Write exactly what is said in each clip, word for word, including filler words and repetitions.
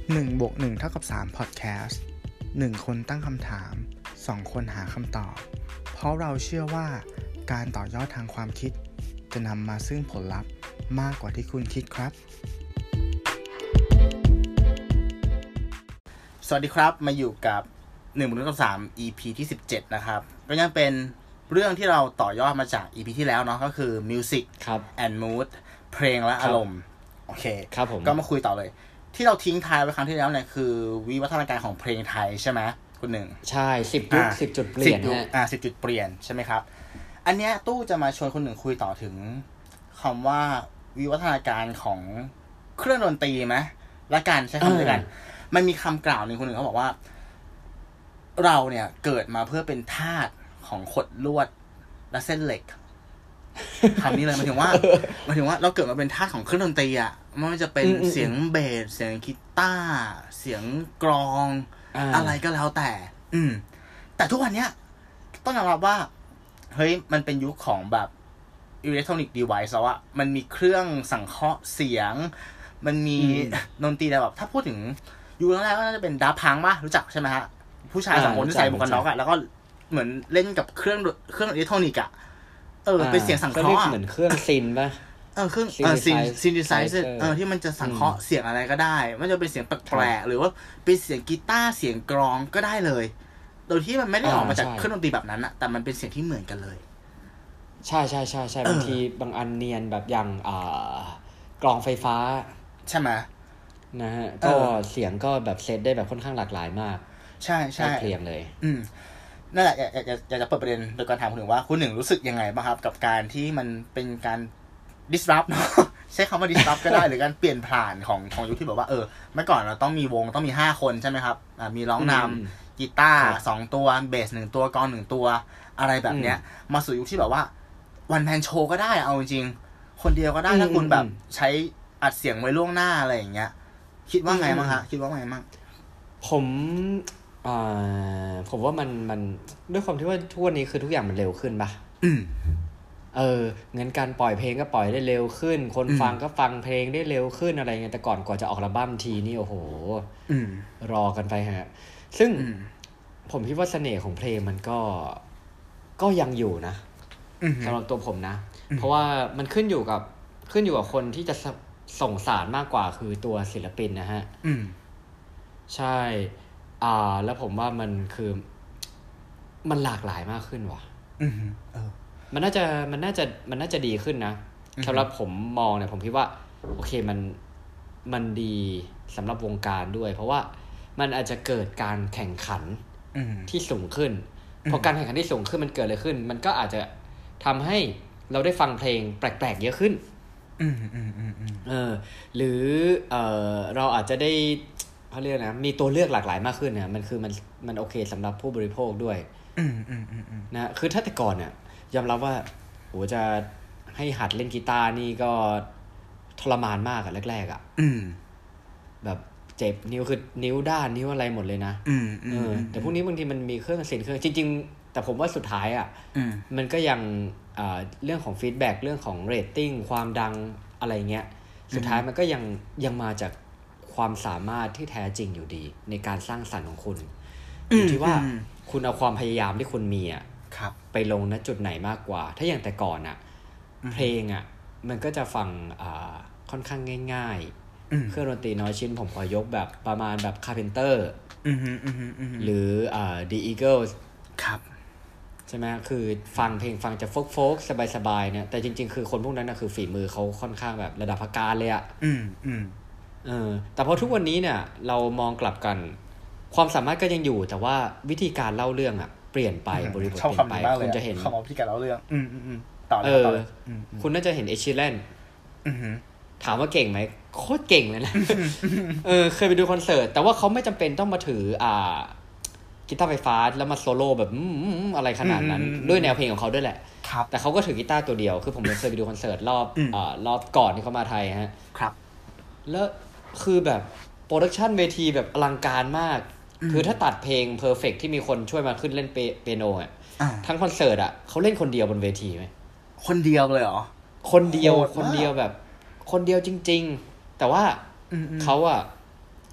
หนึ่งบวกหนึ่งเท่ากับสามพอดแคสต์หนึ่งคนตั้งคำถามสองคนหาคำตอบเพราะเราเชื่อว่าการต่อยอดทางความคิดจะนำมาซึ่งผลลัพธ์มากกว่าที่คุณคิดครับสวัสดีครับมาอยู่กับหนึ่งบวกหนึ่งเท่ากับสาม อี พี ที่สิบเจ็ดนะครับก็ยังเป็นเรื่องที่เราต่อยอดมาจาก อี พี ที่แล้วเนาะก็คือ Music and Mood เพลงและอารมณ์โอเคครับผมก็มาคุยต่อเลยที่เราทิ้งท้ายไว้ครั้งที่แล้วเนี่ยคือวิวัฒนาการของเพลงไทยใช่ไหมคุณหนึ่งใช่สิบยุคสิบจุดเปลี่ยนฮะอ่าสิบจุดเปลี่ยนใช่ไหมครับอันเนี้ยตู้จะมาชวนคุณหนึ่งคุยต่อถึงคำว่าวิวัฒนาการของเครื่องดนตรีไหมละกันใช้คำนี้กันมันมีคำกล่าวหนึ่งคนหนึ่งเขาบอกว่าเราเนี่ยเกิดมาเพื่อเป็นทาสของขดลวดและเส้นเหล็กคำนี้เลยหมายถึงว่าหมายถึงว่าเราเกิดมาเป็นทาสของเครื่องดนตรีอ่ะไม่ว่าจะเป็นเสียงเบสเสียงกีตาร์เสียงกลองอะไรก็แล้วแต่อืมแต่ทุกวันเนี้ยต้องยอมรับว่าเฮ้ยมันเป็นยุคของแบบอิเล็กทรอนิกส์ดีไวซ์แล้วอะมันมีเครื่องสังเคราะห์เสียงมันมีดนตรีแบบถ้าพูดถึงยุคแรกๆก็น่าจะเป็นดาพังป่ะรู้จักใช่ไหมฮะผู้ชายสองคนที่ใส่หมวกกันน็อกอะแล้วก็เหมือนเล่นกับเครื่องเครื่องอิเล็กทรอนิกส์อะเออเป็นเสียงสังเคราะห์เหมือนเครื่องซินป่ะเออเครื่องเออซินซินดิไซเซอร์เออที่มันจะสังเคราะห์เสียงอะไรก็ได้ไม่ว่าจะเป็นเสียงแปลกๆหรือว่าเป็นเสียงกีตาร์เสียงกลองก็ได้เลยโดยที่มันไม่ได้ออกมาจากเครื่องดนตรีแบบนั้นอะแต่มันเป็นเสียงที่เหมือนกันเลยใช่ใช่ใช่ใช่บางทีบางอันเนียนแบบอย่างอ่ากลองไฟฟ้าใช่ไหมนะฮะก็เสียงก็แบบเซตได้แบบค่อนข้างหลากหลายมากใช่ใช่เคลียร์เลยอืมนั่นแหละอยากอยากอยากจะเปิดประเด็นโดยการถามคุณหนึ่งว่าคุณหนึ่งรู้สึกยังไงบ้างครับกับการที่มันเป็นการ disrupt เนาะใช้คำว่า disrupt ก็ได้หรือการเปลี่ยนผ่านของของยุคที่แบบว่าเออเมื่อก่อนเราต้องมีวงต้องมีห้าคนใช่ไหมครับอ่ามีร้องนำกีตาร์สองตัวเบสหนึ่งตัวกลองหนึ่งตัวอะไรแบบเนี้ยมาสู่ยุคที่แบบว่าวันแมนโชว์ก็ได้เอาจริงๆคนเดียวก็ได้ถ้าคุณแบบใช้อัดเสียงไว้ล่วงหน้าอะไรอย่างเงี้ยคิดว่าไงบ้างฮะคิดว่าไงบ้างผมอ่าผมว่ามันมันด้วยความที่ว่าทุกวันนี้คือทุกอย่างมันเร็วขึ้นป่ะอืมเอองั้นการปล่อยเพลงก็ปล่อยได้เร็วขึ้นคนฟังก็ฟังเพลงได้เร็วขึ้นอะไรเงี้ยแต่ก่อนกว่าจะออกอัลบั้มทีนี่โอ้โหรอกันไปฮะซึ่งผมคิดว่าเสน่ห์ของเพลงมันก็ก็ยังอยู่นะสำหรับตัวผมนะเพราะว่ามันขึ้นอยู่กับขึ้นอยู่กับคนที่จะส่งสารมากกว่าคือตัวศิลปินนะฮะใช่อ่าแล้วผมว่ามันคือมันหลากหลายมากขึ้นว่ะอือเออมันน่าจะมันน่าจะมันน่าจะดีขึ้นนะสำหรับผมมองเนี่ยผมคิดว่าโอเคมันมันดีสำหรับวงการด้วยเพราะว่ามันอาจจะเกิดการแข่งขันที่สูงขึ้นพอการแข่งขันที่สูงขึ้นมันเกิดอะไรขึ้นมันก็อาจจะทำให้เราได้ฟังเพลงแปลกๆเยอะขึ้นอืมอืมอืมอืมเออหรือเออเราอาจจะได้เขาเรียกนะมีตัวเลือกหลากหลายมากขึ้นเนี่ยมันคือมันมันโอเคสำหรับผู้บริโภคด้วยอืมอืมอืมอืมนะคือถ้าแต่ก่อนเนี่ยยอมรับว่าโหจะให้หัดเล่นกีตาร์นี่ก็ทรมานมากอะแรกๆอะอืมแบบเจ็บนิ้วคือนิ้วด้านนิ้วอะไรหมดเลยนะอืมเออแต่พวกนี้บางทีมันมีเครื่องเสียงเครื่องจริงๆแต่ผมว่าสุดท้ายอะมันก็ยังอ่าเรื่องของฟีดแบ็กเรื่องของเรตติ้งความดังอะไรเงี้ยสุดท้ายมันก็ยังยังมาจากความสามารถที่แท้จริงอยู่ดีในการสร้างสรรค์ของคุณอยู่ที่ว่าคุณเอาความพยายามที่คุณมีอ่ะไปลงณจุดไหนมากกว่าถ้าอย่างแต่ก่อนอ่ะเพลงอ่ะมันก็จะฟังอ่าค่อนข้างง่ายๆเครื่องดนตรีน้อยชิ้นผมขอยกแบบประมาณแบบ Carpenter หรืออ่า The Eagles ครับใช่ไหมคือฟังเพลงฟังจะโฟกโฟกสบายๆเนี่ยแต่จริงๆคือคนพวกนั้นนะคือฝีมือเขาค่อนข้างแบบระดับพักการเลยอ่ะอืมอืมเออแต่พอทุกวันนี้เนี่ยเรามองกลับกันความสามารถก็ยังอยู่แต่ว่าวิธีการเล่าเรื่องอ่ะเปลี่ยนไปบริบทเปลี่ยนไปคุณจะเห็นคำว่าวิธีการเล่าเรื่องอืมอืมอืมต่อเลยต่อเลยคุณน่าจะเห็นเอชิแลนด์ถามว่าเก่งไหมโคตรเก่งเลยนะเออเคยไปดูคอนเสิร์ตแต่ว่าเขาไม่จำเป็นต้องมาถืออ่ากีตาร์ไฟฟ้าแล้วมาโซโล่แบบอะไรขนาดนั้นด้วยแนวเพลงของเขาด้วยแหละแต่เขาก็ถือกีตาร์ตัวเดียวคือผมเคยไปดูคอนเสิร์ตรอบอ่ารอบก่อนที่เขามาไทยฮะครับแล้วคือแบบโปรดักชันเวทีแบบอลังการมากคือถ้าตัดเพลงเพอร์เฟคที่มีคนช่วยมาขึ้นเล่นเปียโนอ่ะทั้งคอนเสิร์ตอ่ะเขาเล่นคนเดียวบนเวทีไหมคนเดียวเลยเหรอคนเดียวคนเดียวแบบคนเดียวจริงๆแต่ว่าเขาอ่ะ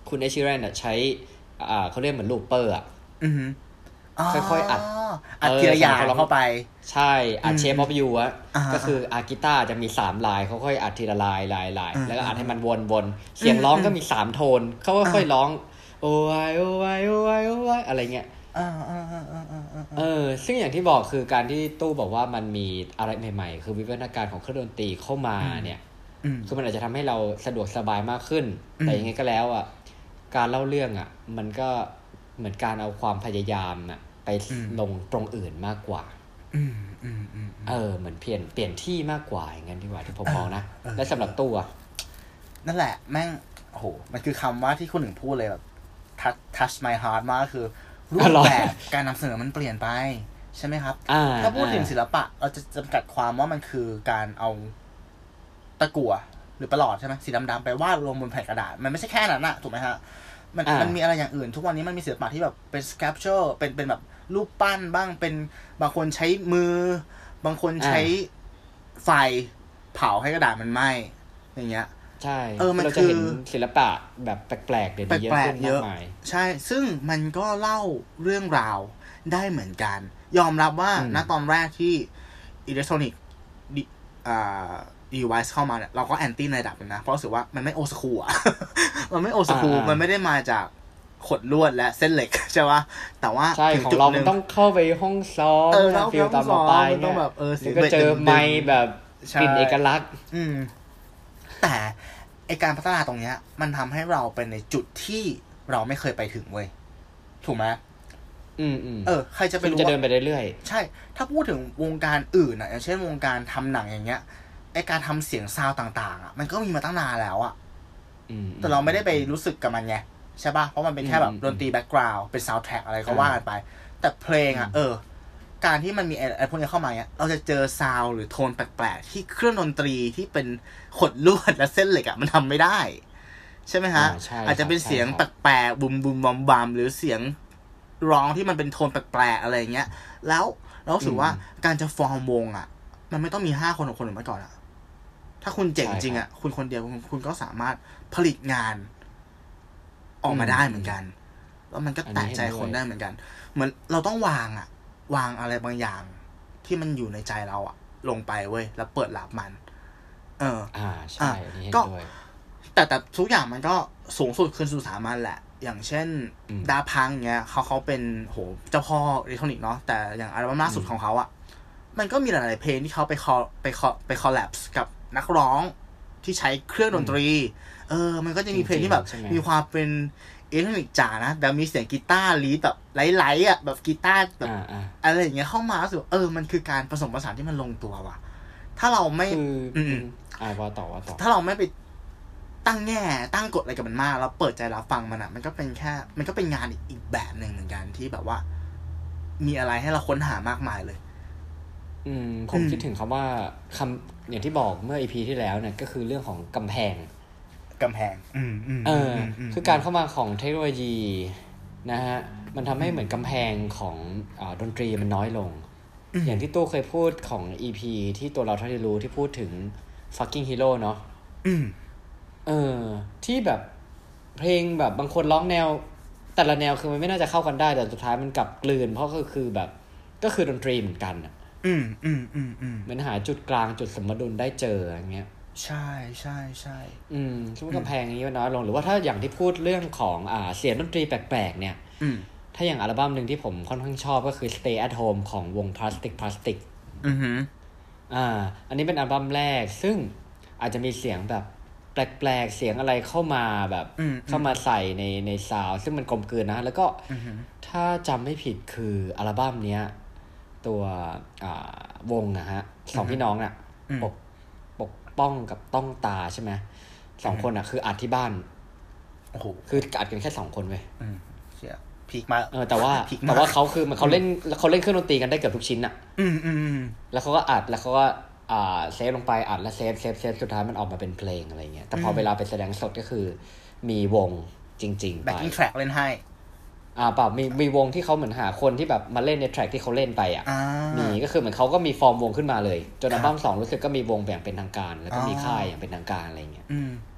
คุณเอชิแรนอ่ะใช้อ่าเขาเรียกเหมือนลูปเปอร์อ่ะค่อยๆอัดอัดทีละอย่างเข้าไปใช่อัดเชฟออฟยูอ่ะก็คืออากีตาร์จะมีสามลายเขาค่อยอัดทีละลายลายลายแล้วก็อัดให้มันวนๆเสียงร้องก็มีสามโทนเขาก็ค่อยร้องโอ้ยโอ้ยโอ้ยโอ้ยอะไรเงี้ยเออซึ่งอย่างที่บอกคือการที่ตู้บอกว่ามันมีอะไรใหม่ๆคือวิวัฒนาการของเครื่องดนตรีเข้ามาเนี่ยคือมันอาจจะทำให้เราสะดวกสบายมากขึ้นแต่ยังไงก็แล้วอ่ะการเล่าเรื่องอ่ะมันก็เหมือนการเอาความพยายามอ่ะไปลงตรงอื่นมากกว่าเออเหมือนเปลี่ยนเปลี่ยนที่มากกว่าอย่างนั้นดีกว่าที่ผมมองนะและสำหรับตู้อ่ะนั่นแหละแม่งโอ้โหมันคือคำว่าที่คนหนึ่งพูดเลยแบบ touch my heart มากคือรูปแบบการนำเสนอมันเปลี่ยนไปใช่ไหมครับถ้าพูดถึงศิลปะเราจะจำกัดความว่ามันคือการเอาตะกั่วหรือประหลอดใช่ไหมสีดำๆไปวาดลงบนแผ่นกระดาษมันไม่ใช่แค่นั้นนะถูกไหมฮะมันมันมีอะไรอย่างอื่นทุกวันนี้มันมีศิลปะที่แบบเป็น sculpture เป็นเป็นแบบรูปปั้นบ้างเป็นบางคนใช้มือบางคนใช้ไฟเผาให้กระดาษมันไหม้อย่างเงี้ยใช่เออมันเราจะเห็นศิลปะแบบแปลกๆเดี๋ยวนี้เยอะขึ้นมากมายใช่ซึ่งมันก็เล่าเรื่องราวได้เหมือนกันยอมรับว่าณตอนแรกที่อิเล็กทรอนิกส์อ่าdevice เข้ามาเนี่ยเราก็แอนตี้ในระดับนึงนะเพราะรู้สึกว่ามันไม่โอสคูลอ่ะ มันไม่โอสคูลมันไม่ได้มาจากขดลวดและเส้นเหล็กใช่ป่ะแต่ว่าใช่ของเรามันต้องเข้าไปห้องซ้อมฟิลตามไปเนี่ยแบบเออก็เจอไมค์แบบกลิ่นเอกลักษณ์อืมแต่ไอการพัฒนาตรงเนี้ยมันทำให้เราเป็นในจุดที่เราไม่เคยไปถึงเว้ยถูกไหมอืมอืมเออใครจะไปรู้จะเดินไปเรื่อยๆใช่ถ้าพูดถึงวงการอื่นอ่ะอย่างเช่นวงการทำหนังอย่างเงี้ยไอการทำเสียงซาวต่างๆอ่ะมันก็มีมาตั้งนานแล้วอ่ะแต่เราไม่ได้ไปรู้สึกกับมันไงใช่ป่ะเพราะมันเป็นแค่แบบดนตรีแบ็คกราวด์เป็นซาวด์แทร็กอะไรก็ว่ากันไปแต่เพลงอ่ะเออการที่มันมีไอ้พวกนี้เข้ามาเนี่ยเราจะเจอซาวด์หรือโทนแปลกๆที่เครื่องดนตรีที่เป็นขดลวดและเส้นเหล็กอ่ะมันทำไม่ได้ใช่ไหมฮะอาจจะเป็นเสียงแปลกๆบุมบุมบอมบามหรือเสียงร้องที่มันเป็นโทนแปลกๆอะไรเงี้ยแล้วเรารู้สึกว่าการจะฟอร์มวงอ่ะมันไม่ต้องมีห้าคนหกคนเหมือนเมื่อก่อนอ่ะถ้าคุณเจ๋งจริงอ่ะคุณคนเดียวคุณคุณก็สามารถผลิตงานออกมาได้เหมือนกันแล้วมันก็แตะใจคนได้เหมือนกันเหมือนเราต้องวางอ่ะวางอะไรบางอย่างที่มันอยู่ในใจเราอ่ะลงไปเว้ยแล้วเปิดรับมันเอออ่าใช่อันนี้เห็นด้วยแต่แต่ทุกอย่างมันก็สูงสุดคือสู่สามัญแหละอย่างเช่นดาพังเงี้ยเขาเขาเป็นโหเจ้าพ่ออิเล็กทรอนิกส์เนาะแต่อย่างอัลบั้มล่าสุดของเขาอ่ะมันก็มีหลายๆเพลงที่เขาไปคอไปคอไปคอลแลบกับนักร้องที่ใช้เครื่องดนตรีเออมันก็จะมีเพลงที่แบบมีความเป็นอิเล็กทรอนิกส์จ๋านะแต่มีเสียงกีตาร์ลีดแบบไลท์ๆอ่ะแบบกีตาร์แบบอะไรอย่างเงี้ยเข้ามารู้สึกเออมันคือการผสมผสานที่มันลงตัวว่ะถ้าเราไม่อืมอ่าว่าต่อว่าต่อถ้าเราไม่ไปตั้งแง่ตั้งกฎอะไรกับมันมากแล้วเปิดใจรับฟังมันอ่ะมันก็เป็นแค่มันก็เป็นงานอีกแบบนึงเหมือนกันที่แบบว่ามีอะไรให้เราค้นหามากมายเลยอืมผมคิดถึงคำว่าคำอย่างที่บอกเมื่อ อี พี ที่แล้วเนี่ยก็คือเรื่องของกำแพงกำแพงอืมอืมเออคือการเข้ามาของเทคโนโลยีนะฮะมันทำให้เหมือนกำแพงของอ่าดนตรีมันน้อยลงอย่างที่ตู้เคยพูดของ อี พี ที่ตัวเราเท่าที่รู้ที่พูดถึง fucking hero เนาะเออที่แบบเพลงแบบบางคนร้องแนวแต่ละแนวคือมันไม่น่าจะเข้ากันได้แต่สุดท้ายมันกลับกลืนเพราะก็คือแบบก็คือดนตรีเหมือนกันอ่ะอืมอืมอืมอืมมันหาจุดกลางจุดสมดุลได้เจออย่างเงี้ยใช่ใช่ใช่อืมช่วงกำแพงนี้มันน้อยลงหรือว่าถ้าอย่างที่พูดเรื่องของอ่าเสียงดนตรีแปลกๆเนี่ยถ้าอย่างอัลบั้มหนึ่งที่ผมค่อนข้างชอบก็คือ Stay at Home ของวง Plastic Plastic อือฮึอ่าอันนี้เป็นอัลบั้มแรกซึ่งอาจจะมีเสียงแบบแปลกๆเสียงอะไรเข้ามาแบบเข้ามาใส่ในในซาวด์ซึ่งมันกลมกลืนนะแล้วก็ถ้าจำไม่ผิดคืออัลบั้มเนี้ยตัวอ่าวงนะฮะสองพี่น้องน่ะปกปกป้องกับต้องตาใช่ไหมสองคนอ่ะคืออัดที่บ้านโอ้โหคืออัดกันแค่สองคนเว้ยเชี่ยพีคมากเออแต่ว่าแต่ว่าเขาคือมันเขาเล่นเขาเล่นเครื่องดนตรีกันได้เกือบทุกชิ้นอ่ะอืมอืมแล้วเขาก็อัดแล้วเขาก็อ่าเซฟลงไปอัดแล้วเซฟเซฟเซฟสุดท้ายมันออกมาเป็นเพลงอะไรเงี้ยแต่พอเวลาไปแสดงสดก็คือมีวงจริงๆไป backing track เล่นให้อ่าเปล่ามีมีวงที่เขาเหมือนหาคนที่แบบมาเล่นในแทร็กที่เขาเล่นไปอ่ะมีก็คือเหมือนเขาก็มีฟอร์มวงขึ้นมาเลยจนอัลบั้มสองรู้สึกก็มีวงแบ่งเป็นทางการแล้วก็มีค่ายอย่างเป็นทางการอะไรเงี้ย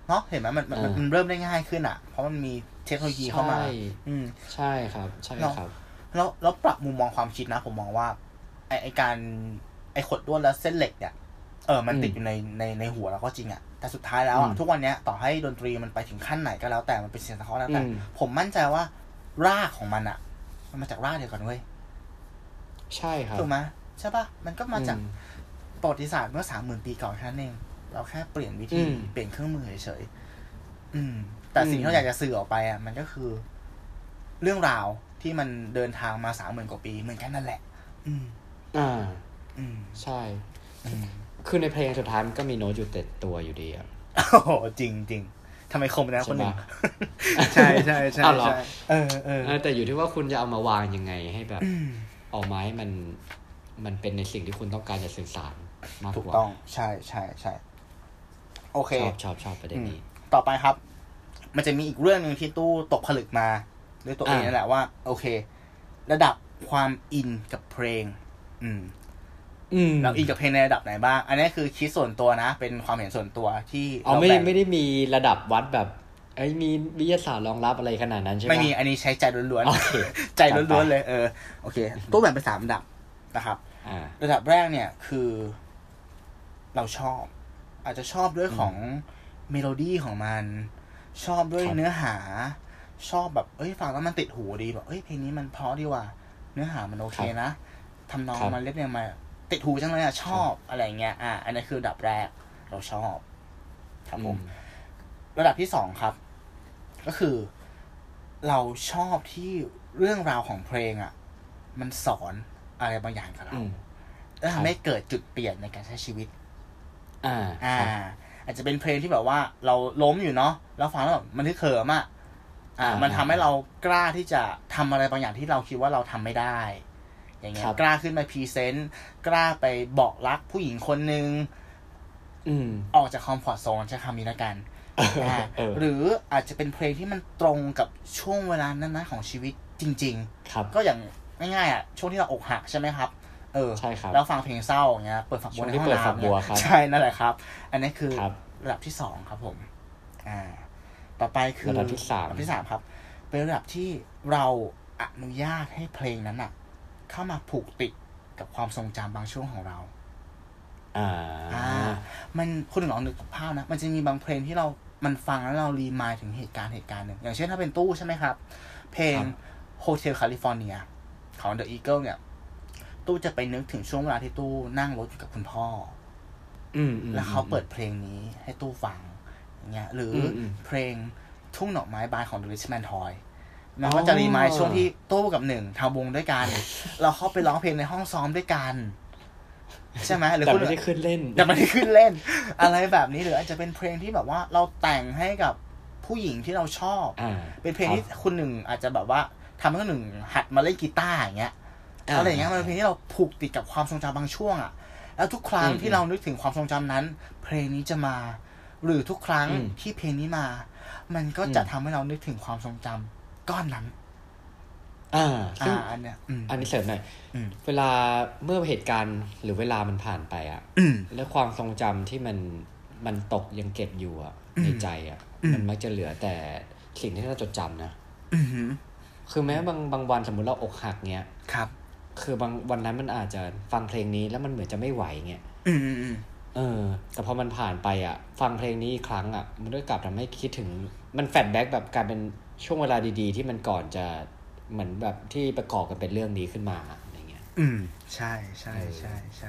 เนาะเห็นไหมมันมันมันเริ่มได้ง่ายขึ้นอ่ะเพราะมันมีเทคโนโลยีเข้ามาอืมใช่ครับใช่ครับแล้วแล้วปรับมุมมองความคิดนะผมมองว่าไอไอการไอขดลวดและเส้นเหล็กเนี่ยเออมันติดอยู่ในในในหัวเราก็จริงอ่ะแต่สุดท้ายแล้วอ่ะทุกวันนี้ต่อให้ดนตรีมันไปถึงขั้นไหนก็แล้วแต่มันเป็นเสียงสะท้อนแล้วแต่ผมมั่นใจว่ารากของมันอ่ะมันมาจากรากเดียวกันเว้ยใช่ครับถูกไหมใช่ป่ะมันก็มาจากประวัติศาสตร์เมื่อสามหมื่นปีก่อนแค่นั้นเองเราแค่เปลี่ยนวิธีเปลี่ยนเครื่องมือเฉยๆอืมแต่สิ่งที่เราอยากจะสื่อออกไปอ่ะมันก็คือเรื่องราวที่มันเดินทางมาสามหมื่นกว่าปีเหมือนกันนั่นแหละอืมอ่าอืมใช่คือในเพลงสุดท้ายมันก็มีโน้ตอยู่เต็ดตัวอยู่ดีอ่ะโอ้โหจริงจริงทำไมคมนะคนหนึ่งใช่ใช่ใช่ใช่เออเออแต่อยู่ที่ว่าคุณจะเอามาวางยังไงให้แบบออกมาให้มันมันเป็นในสิ่งที่คุณต้องการจะสื่อสารมากกว่าถูกต้องใช่ใช่ใช่โอเคชอบชอบชอบประเด็นนี้ต่อไปครับมันจะมีอีกเรื่องนึงที่ตู้ตกผลึกมาด้วยตัวเองนั่นแหละว่าโอเคระดับความอินกับเพลงอืมอืมเราอินกับเพลงในระดับไหนบ้างอันนี้คือคิดส่วนตัวนะเป็นความเห็นส่วนตัวที่อ๋อไม่ไม่ได้มีระดับวัดแบบไอ้มีวิทยาศาสตร์รองรับอะไรขนาดนั้นใช่ไหมไม่มีอันนี้ใช้ใจล้วนๆใจล้วนๆเลยเออโอเคตู้แบ่งเป็นสามระดับนะครับระดับแรกเนี่ยคือเราชอบอาจจะชอบด้วยของเมโลดี้ของมันชอบด้วยเนื้อหาชอบแบบเอ้ยฟังแล้วมันติดหูดีแบบเอ้ยเพลงนี้มันเพราะดีว่ะเนื้อหามันโอเคนะทำนองมันเรียบเรียงมาติดหูจังเลยอ่ะชอบอะไรเงี้ยอ่ะอันนี้คือระดับแรกเราชอบครับผมระดับที่สองครับก็คือเราชอบที่เรื่องราวของเพลงอ่ะมันสอนอะไรบางอย่างกับเราแล้วทำให้เกิดจุดเปลี่ยนในการใช้ชีวิตอ่าอ่าอาจจะเป็นเพลงที่แบบว่าเราล้มอยู่เนาะแล้วฟังแล้วแบบมันทึกเขิมอ่ะอ่ามันทำให้เรากล้าที่จะทำอะไรบางอย่างที่เราคิดว่าเราทำไม่ได้อย่างเงี้ยกล้าขึ้นมาพรีเซนต์กล้าไปบอกรักผู้หญิงคนนึงออกจากคอมฟอร์ตโซนใช้คำนี้ละกันหรืออาจจะเป็นเพลงที่มันตรงกับช่วงเวลานั้นๆของชีวิตจริงๆก็อย่างง่ายๆอ่ะช่วงที่เราอกหักใช่ไหมครับเออใช่ครับแล้วฟังเพลงเศร้าอย่างเงี้ยเปิดฝักบัวในห้องน้ำเนี่ยใช่นั่นแหละครับอันนี้คือระดับที่สองครับผมอ่าต่อไปคือระดับที่สามระดับที่สามครับเป็นระดับที่เราอนุญาตให้เพลงนั้นอ่ะเข้ามาผูกติดกับความทรงจำบางช่วงของเราอ่าอ่ามันคุณลองนึกภาพนะมันจะมีบางเพลงที่เรามันฟังแล้วเรารีมายถึงเหตุการณ์เหตุการณ์หนึ่งอย่างเช่นถ้าเป็นตู้ใช่ไหมครับเพลง Hotel California ของ The Eagle เนี่ยตู้จะไปนึกถึงช่วงเวลาที่ตู้นั่งรถอยู่กับคุณพ่ออืมแล้วเขาเปิดเพลงนี้ให้ตู้ฟังอย่างเงี้ยหรือเพลงทุ่งดอกไม้บานของ The Richmond Toy มันก็จะรีมายช่วงที่ตู้กับหนึ่งทำวงด้วยกันเราเข้าไปร้องเพลงในห้องซ้อมด้วยกันใช่ไหมหรือคุณไม่ได้ขึ้นเล่นแต่ไม่ได้ขึ้นเล่นอะไรแบบนี้หรืออาจจะเป็นเพลงที่แบบว่าเราแต่งให้กับผู้หญิงที่เราชอบเป็นเพลงที่คุณหนึ่งอาจจะแบบว่าทำให้คุณหนึ่งหัดมาเล่นกีตาร์อย่างเงี้ยอะไรอย่างเงี้ยมันเป็นเพลงที่เราผูกติดกับความทรงจำบางช่วงอ่ะแล้วทุกครั้งที่เรานึกถึงความทรงจำนั้นเพลงนี้จะมาหรือทุกครั้งที่เพลงนี้มามันก็จะทำให้เรานึกถึงความทรงจำก้อนนั้นอ่าซึ่งอันเนี้ยอันนี้เสริมหน่อยเวลาเมื่อเหตุการณ์หรือเวลามันผ่านไปอ่ะแล้วความทรงจำที่มันมันตกยังเก็บอยู่อ่ะในใจอ่ะมันมักจะเหลือแต่สิ่งที่เราจดจำนะคือแม้บางบางวันสมมติเราอกหักเงี้ยครับคือบางวันนั้นมันอาจจะฟังเพลงนี้แล้วมันเหมือนจะไม่ไหวเงี้ยเออแต่พอมันผ่านไปอ่ะฟังเพลงนี้อีกครั้งอ่ะมันก็กลับทำให้คิดถึงมันแฟลชแบ็กแบบกลายเป็นช่วงเวลาดีๆที่มันก่อนจะเหมือนแบบที่ประกอบกันเป็นเรื่องนี้ขึ้นมาอะไรเงี้ยอืมใช่ใช่ใช่ใช่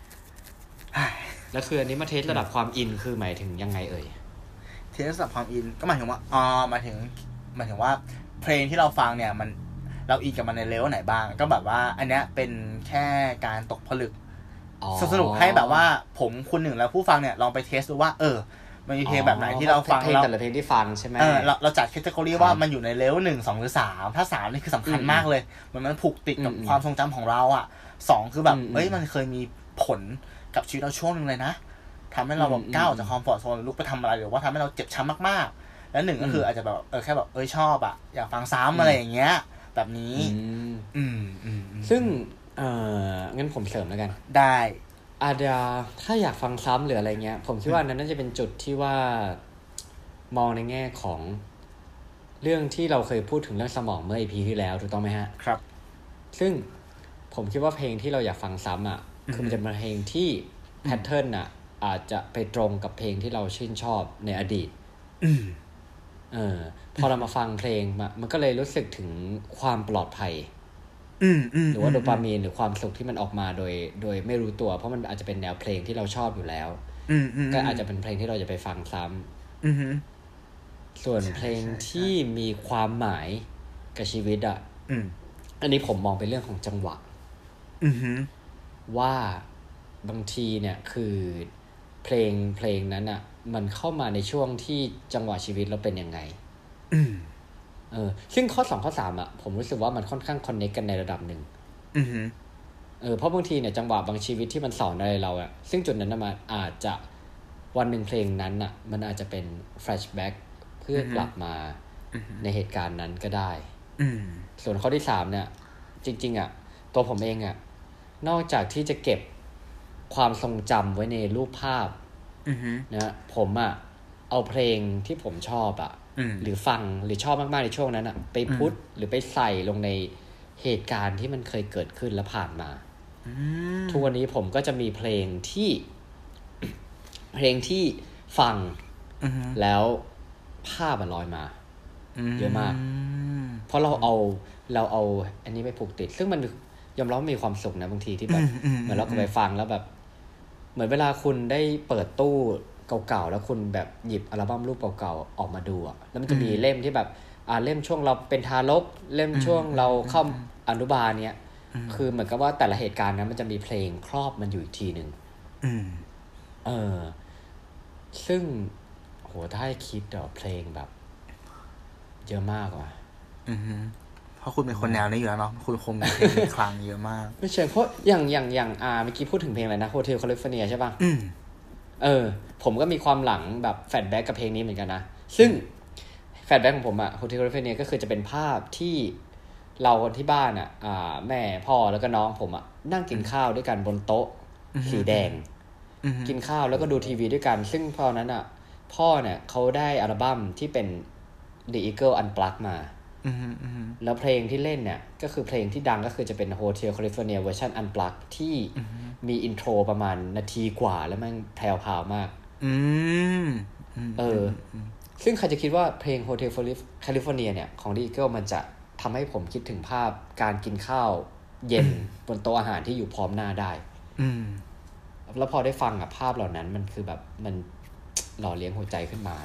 แล้วคืออันนี้มาเทสระดับความอินคือหมายถึงยังไงเอ่ยเทสระดับความอินก็หมายถึงว่าอ๋อหมายถึงหมายถึงว่าเพลงที่เราฟังเนี่ยมันเราอินกับมันในเลเวลไหนบ้างก็แบบว่าอันเนี้ยเป็นแค่การตกผลึกสรุปให้แบบว่าผมคุณหนึ่งแล้วผู้ฟังเนี่ยลองไปเทสดูว่าเออมันมีเพลงแบบไหนที่เราฟังแล้วแต่ละเพลงที่ฟังใช่ไหมเออเราเราจัดแคตตากรีว่ามันอยู่ในเลเวลหนึ่งสองหรือสามถ้าสามนี่คือสำคัญมากเลยมันมันผูกติดกับความทรงจำของเราอ่ะสองคือแบบเอ้ยมันเคยมีผลกับชีวิตเราช่วงนึงเลยนะทำให้เราแบบก้าวจากคอมฟอร์ตโซนลุกไปทำอะไรหรือว่าทำให้เราเจ็บช้ำมากๆแล้วหนึ่งก็คืออาจจะแบบเออแค่แบบเออชอบอ่ะอยากฟังซ้ำอะไรอย่างเงี้ยแบบนี้อืมอืมซึ่งเอองั้นผมเสริมแล้วกันได้อาจจะถ้าอยากฟังซ้ำหรืออะไรเงี้ยผมคิดว่านั้นน่าจะเป็นจุดที่ว่ามองในแง่ของเรื่องที่เราเคยพูดถึงเรื่องสมองเมื่อ อี พี ที่แล้วถูกต้องไหมฮะครับซึ่งผมคิดว่าเพลงที่เราอยากฟังซ้ำอ่ะคือมันจะเป็นเพลงที่แพทเทิร์นอ่ะอาจจะไปตรงกับเพลงที่เราชื่นชอบในอดีตเออพอเรามาฟังเพลงมันก็เลยรู้สึกถึงความปลอดภัยหรือว่าโดปามีนหรือความสุขที่มันออกมาโดยโดยไม่รู้ตัวเพราะมันอาจจะเป็นแนวเพลงที่เราชอบอยู่แล้วก็อาจจะเป็นเพลงที่เราจะไปฟังซ้ำส่วนเพลงที่มีความหมายกับชีวิตอ่ะอันนี้ผมมองเป็นเรื่องของจังหวะว่าบางทีเนี่ยคือเพลงเพลงนั้นอ่ะมันเข้ามาในช่วงที่จังหวะชีวิตเราเป็นยังไงเออซึ่งข้อสองข้อสามอ่ะผมรู้สึกว่ามันค่อนข้างคอนเนคกันในระดับหนึ่งเออเพราะบางทีเนี่ยจังหวะบางชีวิตที่มันสอนอะไรเราอ่ะซึ่งจุดนั้นมันอาจจะวันหนึ่งเพลงนั้นอ่ะมันอาจจะเป็นแฟลชแบ็กเพื่อกลับมาในเหตุการณ์นั้นก็ได้ส่วนข้อที่สามเนี่ยจริงๆอ่ะตัวผมเองอ่ะนอกจากที่จะเก็บความทรงจำไว้ในรูปภาพนะผมอ่ะเอาเพลงที่ผมชอบอ่ะหรือฟังหรือชอบมากๆในช่วงนั้นอ่ะไปพุทหรือไปใส่ลงในเหตุการณ์ที่มันเคยเกิดขึ้นและผ่านมาทุกวันนี้ผมก็จะมีเพลงที่ เพลงที่ฟังแล้วภาพมันลอยมาเยอะมากเพราะเราเอาเราเอาอันนี้ไปผูกติดซึ่งมันยอมรับว่ามีความสุขนะบางทีที่แบบเหมือนเราก็ไปฟังแล้วแบบเหมือนเวลาคุณได้เปิดตู้เก่าๆแล้วคุณแบบหยิบอัลบั้มรูปเก่าๆออกมาดูอ่ะแล้วมันจะมีเล่มที่แบบอ่าเล่มช่วงเราเป็นทารกเล่มช่วงเราเข้าอนุบาลเนี้ยคือเหมือนกับว่าแต่ละเหตุการณ์นั้นมันจะมีเพลงครอบมันอยู่อีกทีนึงเออซึ่งโหถ้าให้คิดเดี๋ยวเพลงแบบเยอะมากว่ะเพราะคุณเป็นคนแนวนี้อยู่แล้วเนาะคุณคงมีเพลงคลังเยอะมากไม่ใช่เพราะอย่างอย่างอย่างอ่าเมื่อกี้พูดถึงเพลงอะไรนะ Hotel California ใช่ป่ะเออผมก็มีความหลังแบบแฟลชแบ็กกับเพลงนี้เหมือนกันนะซึ่งแฟลชแบ็กของผมอะ Hotel California ก็คือจะเป็นภาพที่เราที่บ้านอะอ่าแม่พ่อแล้วก็น้องผมอะนั่งกินข้าวด้วยกันบนโต๊ะสีแดงกินข้าวแล้วก็ดูทีวีด้วยกันซึ่งตอนนั้นอะพ่อเนี่ยเขาได้อัลบั้มที่เป็น The Eagle Unplugged มาแล้วเพลงที่เล่นเนี่ยก็คือเพลงที่ดังก็คือจะเป็น Hotel California Version Unplugged ที่มีอินโทรประมาณนาทีกว่าแล้วมันแพรวพราวมากเออซึ่งใครจะคิดว่าเพลง Hotel California เนี่ยของ The Eagle มันจะทำให้ผมคิดถึงภาพการกินข้าวเย็นบนโต๊ะอาหารที่อยู่พร้อมหน้าได้แล้วพอได้ฟังอะภาพเหล่านั้นมันคือแบบมันหล่อเลี้ยงหัวใจขึ้นมา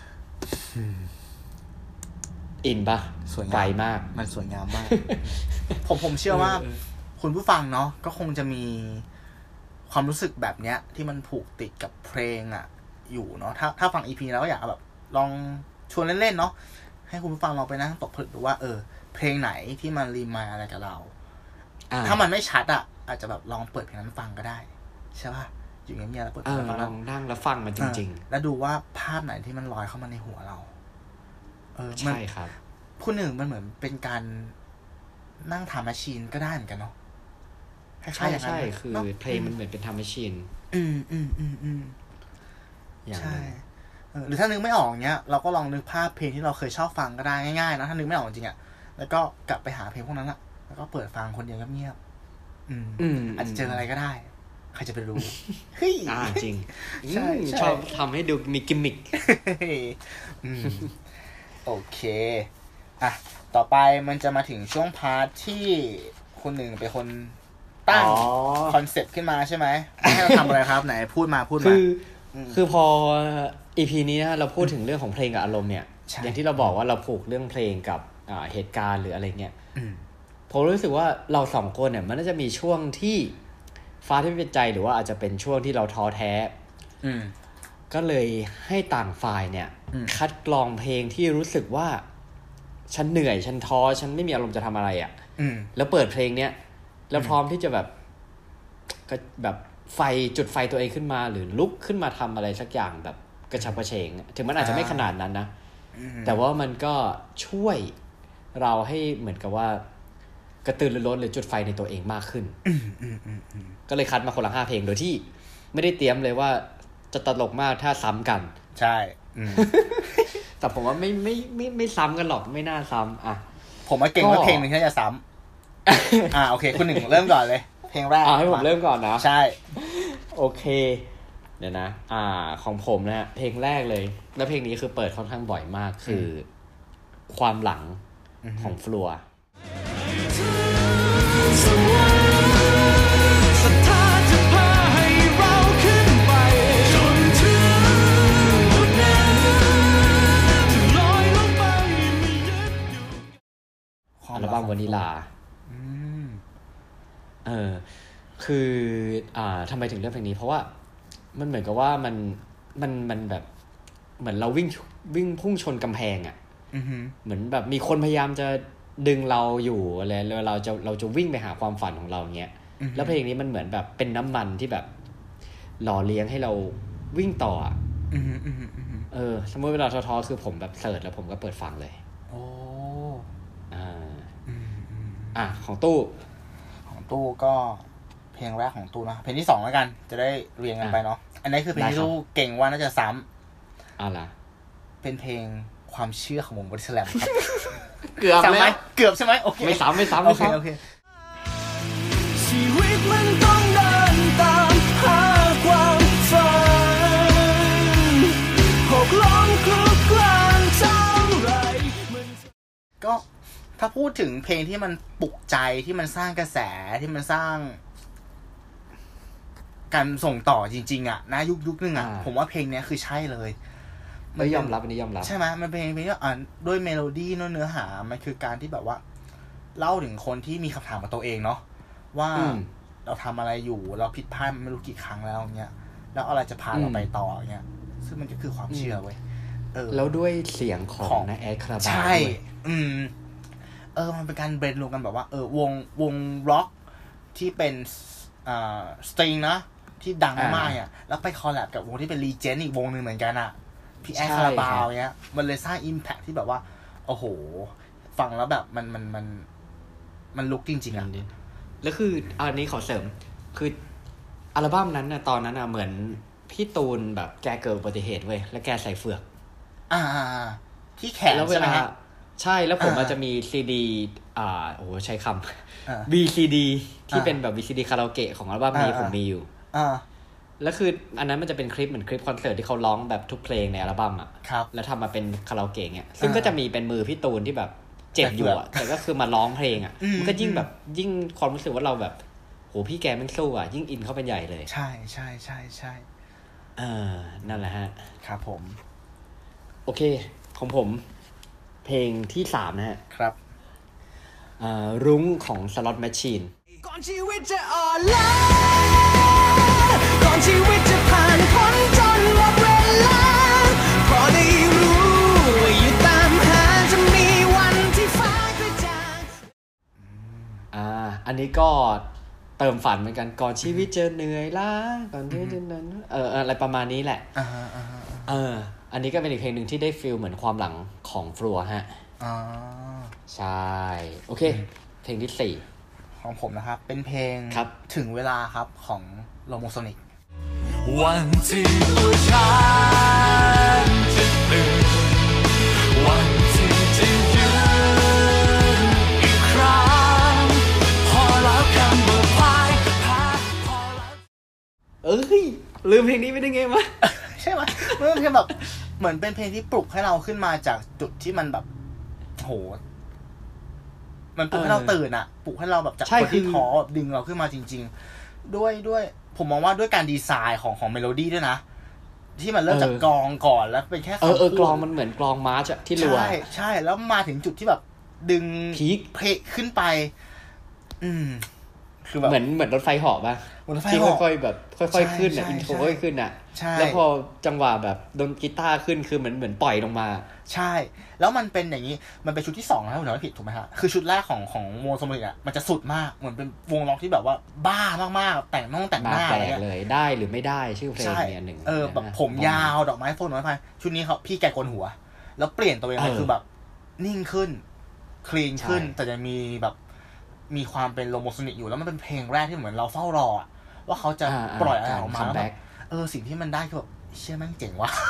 อินปะสวยงามไกลมากมันสวยงามมาก ผมผมเชื่อว่าคุณผู้ฟังเนาะก็คงจะมีความรู้สึกแบบเนี้ยที่มันผูกติดกับเพลงอ่ะอยู่เนาะถ้าถ้าฟัง อี พี แล้วอยากแบบลองชวนเล่นๆเนาะให้คุณผู้ฟังลองไปนั่งตกผลึกดูว่าเออเพลงไหนที่มันรีมายอะไรกับเราถ้ามันไม่ชัดอ่ะอาจจะแบบลองเปิดเพลงนั้นฟังก็ได้ใช่ป่ะอยู่เงียบๆแล้วเปิดเพลงฟังลองนั่งแล้วฟังมันจริงๆแล้วดูว่าภาพไหนที่มันลอยเข้ามาในหัวเราเออใช่ครับผู้หนึ่งมันเหมือนเป็นการนั่งทำแมชชีนก็ได้เหมือนกันเนาะใช่ใช่คือเพลงมันเหมือนเป็นทำแมชชีนอืมอืมอืมอืมใช่หรือถ้านึกไม่ออกเนี้ยเราก็ลองนึกภาพเพลงที่เราเคยชอบฟังก็ได้ง่ายๆนะถ้านึกไม่ออกจริงอ่ะแล้วก็กลับไปหาเพลงพวกนั้นอ่ะแล้วก็เปิดฟังคนเดียวเงียบๆอืมอาจจะเจออะไรก็ได้ใครจะไปรู้เฮ้ยอ่าจริงใช่ชอบทำให้ดูมีกิมมิคโอเคอ่ะต่อไปมันจะมาถึงช่วงพาร์ทที่คนหนึ่งเป็นคนตั้งคอนเซ็ปต์ขึ้นมาใช่ไหมให้เราทำอะไรครับไหนพูดมาพูดมาคือคือพอ อี พี นี้นะเราพูดถึงเรื่องของเพลงกับอารมณ์เนี่ยอย่างที่เราบอกว่าเราผูกเรื่องเพลงกับอ่าเหตุการณ์หรืออะไรเงี้ยผมรู้สึกว่าเราสองคนเนี่ยมันน่าจะมีช่วงที่ฟ้าที่ไม่เป็นใจหรือว่าอาจจะเป็นช่วงที่เราท้อแท้ก็เลยให้ต่างฝ่ายเนี่ยคัดกรองเพลงที่รู้สึกว่าฉันเหนื่อยฉันท้อฉันไม่มีอารมณ์จะทำอะไรอ่ะแล้วเปิดเพลงเนี้ยแล้วพร้อมที่จะแบบก็แบบไฟจุดไฟตัวเองขึ้นมาหรือลุกขึ้นมาทำอะไรสักอย่างแบบกระฉับกระเฉงถึงมันอาจจะไม่ขนาดนั้นนะแต่ว่ามันก็ช่วยเราให้เหมือนกับว่ากระตือรือร้นหรือจุดไฟในตัวเองมากขึ้นก็เลยคัดมาคนละห้าเพลงโดยที่ไม่ได้เตรียมเลยว่าจะตลกมากถ้าซ้ำกันใช่แต่ผมว่าไม่ไม่ไม่ไม่ซ้ำกันหรอกไม่น่าซ้ำอ่ะผมว่าเก่งว่าเพลงนึงที่จะซ้ำอ่าโอเคคุณหนึ่งเริ่มก่อนเลยเพลงแรกอ่าให้ผมเริ่มก่อนนะใช่โอเคเดี๋ยวนะอ่าของผมนะฮะเพลงแรกเลยแล้วเพลงนี้คือเปิดค่อนข้างบ่อยมากคือความหลังของฟลัวอัลบั้มวานิลาเออคืออ่าทำไมถึงเลือกเพลงนี้เพราะว่ามันเหมือนกับว่ามันมันมันแบบเหมือนเราวิ่งวิ่งพุ่งชนกำแพงอ่ะเหมือนแบบมีคนพยายามจะดึงเราอยู่อะไรแล้วเราจะเราจะวิ่งไปหาความฝันของเราเงี้ยแล้วเพลงนี้มันเหมือนแบบเป็นน้ำมันที่แบบหล่อเลี้ยงให้เราวิ่งต่ออ่ะเออสมมติเวลาท้อๆคือผมแบบเสิร์ชแล้วผมก็เปิดฟังเลยโอ้อ่าอ่ะของตู้ของตู้ก็เพลงแรกของตู้นะเพลงที่สองแล้วกันจะได้เรียงกันไปเนาะอันนี้คือเพลงที่ตู้เก่งว่าน่าจะซ้ำอ่ะล่ะเป็นเพลงความเชื่อของวงบอดี้สแลมครับเกือบไหมเกือบใช่ไหมโอเคไม่ซ้ำไม่ซ้ำโอเคโอเคชีวิตมันต้องเดินตามหาความฝันหกล้มคลุกคลานเท่าไรก็ถ้าพูดถึงเพลงที่มันปลุกใจที่มันสร้างกระแสที่มันสร้างการส่งต่อจริงๆอ่ะนะยุคยุคนึงอ่ะผมว่าเพลงนี้คือใช่เลยไม่ยอมรับอันนี้ยอมรับใช่ไหมมันเพลงเพลงที่อ่านด้วยเมโลดี้เนื้อหามันคือการที่แบบว่าเล่าถึงคนที่มีคำถามกับตัวเองเนาะว่าเราทำอะไรอยู่เราผิดพลาดไม่รู้กี่ครั้งแล้วเงี้ยแล้วอะไรจะพาเราไปต่อเงี้ยซึ่งมันก็คือความเชื่อเว้ยเออแล้วด้วยเสียงของนะแอดคาราบาวใช่อืมเออมันเป็นการเบรนด์รวมกันแบบว่าเออวงวงร็อกที่เป็นอ่าสตริงนะที่ดังมากอ่ะแล้วไปคอลแลบกับวงที่เป็นรีเจนต์อีกวงนึงเหมือนกันอ่ะพี่แอดคาราบาวเงี้ยมันเลยสร้างอิมแพคที่แบบว่าโอ้โหฟังแล้วแบบมันมันมันมันลุกจริงๆอ่ะแล้วคืออันนี้ขอเสริมคืออัลบั้มนั้นน่ะตอนนั้นน่ะเหมือนพี่ตูนแบบแกเกิดอุบัติเหตุเว้ยแล้วแกใส่เฟือกอ่าที่แขนใช่ไหมฮะใช่แล้วผมอาจจะมีซีดีอ่าโอ้โหใช้คำ วี ซี ดี ที่เป็นแบบ วี ซี ดี คาราโอเกะของอัลบั้มนี้ผมมีอยู่แล้วคืออันนั้นมันจะเป็นคลิปเหมือนคลิปคอนเสิร์ตที่เขาร้องแบบทุกเพลงในอัลบั้มอ่ะแล้วทำมาเป็นคาราโอเกะเงี้ยซึ่งก็จะมีเป็นมือพี่ตูนที่แบบเจ็บอยู่อ่ะแต่ก็คือมาร้องเพลงอ่ะมันก็ยิ่งแบบยิ่งความรู้สึกว่าเราแบบโหพี่แกมันสู้อ่ะยิ่งอินเข้าไปใหญ่เลยใช่ใช่ใช่ใช่เออนั่นแหละฮะครับผมโอเคของผมเพลงที่สามนะฮะครับอ่ารุ้งของ Slot Machine ก่อนชีวิตจะอ่อนล้าก่อนชีวิตจะผ่านพ้นจนหมดเวลาพอได้รู้ว่าอยู่ตามหาจะมีวันที่ฟ้ากระจ่างอ่าอันนี้ก็เติมฝันเหมือนกันก่อนชีวิตจะเหนื่อยล้าก่อนที่จะนั้นเอออะไรประมาณนี้แหละอ่าอ่าเอออันนี้ก็เป็นอีกเพลงหนึ่งที่ได้ฟีลเหมือนความหลังของฟลัวฮะอ๋อใช่โอเคเพลงที่สี่ของผมนะครับเป็นเพลงถึงเวลาครับของโลโมโซนิกวันที่ตัวฉันจะตื่นวันที่จะยืนอีกครั้งพอแล้วคำว่าพายพาพอแล้วเอ้ยลืมเพลงนี้ไปได้ไงวะใช่ไหมมันเป็นเพลงแบบเหมือนเป็นเพลงที่ปลุกให้เราขึ้นมาจากจุดที่มันแบบโหมันปลุกให้เราตื่นอ่ะปลุกให้เราแบบจากคนที่ท้อดึงเราขึ้นมาจริงๆด้วยด้วยผมมองว่าด้วยการดีไซน์ของของเมโลดี้ด้วยนะที่มันเริ่มจากกลองก่อนแล้วเป็นแค่เออเออกลองมันเหมือนกลองมาร์ชที่รัวใช่ใช่แล้วมาถึงจุดที่แบบดึงพีคเพลขึ้นไปอืมคือแบบเหมือนเหมือนรถไฟเหาะป่ะที่ค่อยๆแบบค่อยๆขึ้นอ่ะอินโทรค่อยๆขึ้นอ่ะแล้วพอจังหวะแบบดนกีตาร์ขึ้นคือเหมือนเหมือนปล่อยลงมาใช่แล้วมันเป็นอย่างนี้มันเป็นชุดที่สองนะผมจำไม่ผิดถูกไหมฮะคือชุดแรกของของวงสมุทรอ่ะมันจะสุดมากเหมือนเป็นวงร็อกที่แบบว่าบ้ามากๆแต่งน้องแต่งหน้าอะไรเลยได้หรือไม่ได้ชื่อเพลงเนี่ยหนึ่งเออแบบผมยาวดอกไม้โฟนน้อยไปชุดนี้เขาพี่แกโกนหัวแล้วเปลี่ยนตัวเองเลยคือแบบนิ่งขึ้นคลีนขึ้นแต่จะมีแบบมีความเป็นโลโมโซนิกอยู่แล้วมันเป็นเพลงแรกที่เหมือนเราเฝ้ารอว่าเขาจะปล่อยอะไรออกมาแล้วเออสิ่งที่มันได้คือแบบเชี่ยแม่งเจ๋งว่ะ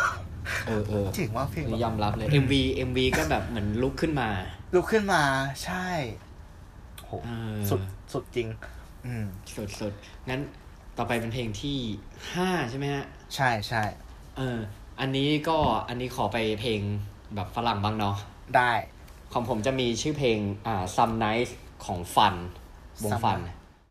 เออเออถึงว่าเพลงยอมรับเลย เอ็ม วี เอ็ม วี ก็แบบเหมือนลุกขึ้นมาลุกขึ้นมาใช่โหสุดสุดจริงอืมสุดสุดงั้นต่อไปเป็นเพลงที่ห้าใช่ไหมฮะใช่ใช่เอออันนี้ก็อันนี้ขอไปเพลงแบบฝรั่งบ้างเนาะได้ของผมจะมีชื่อเพลงอ่า Some Nights ของฟันวงฟัน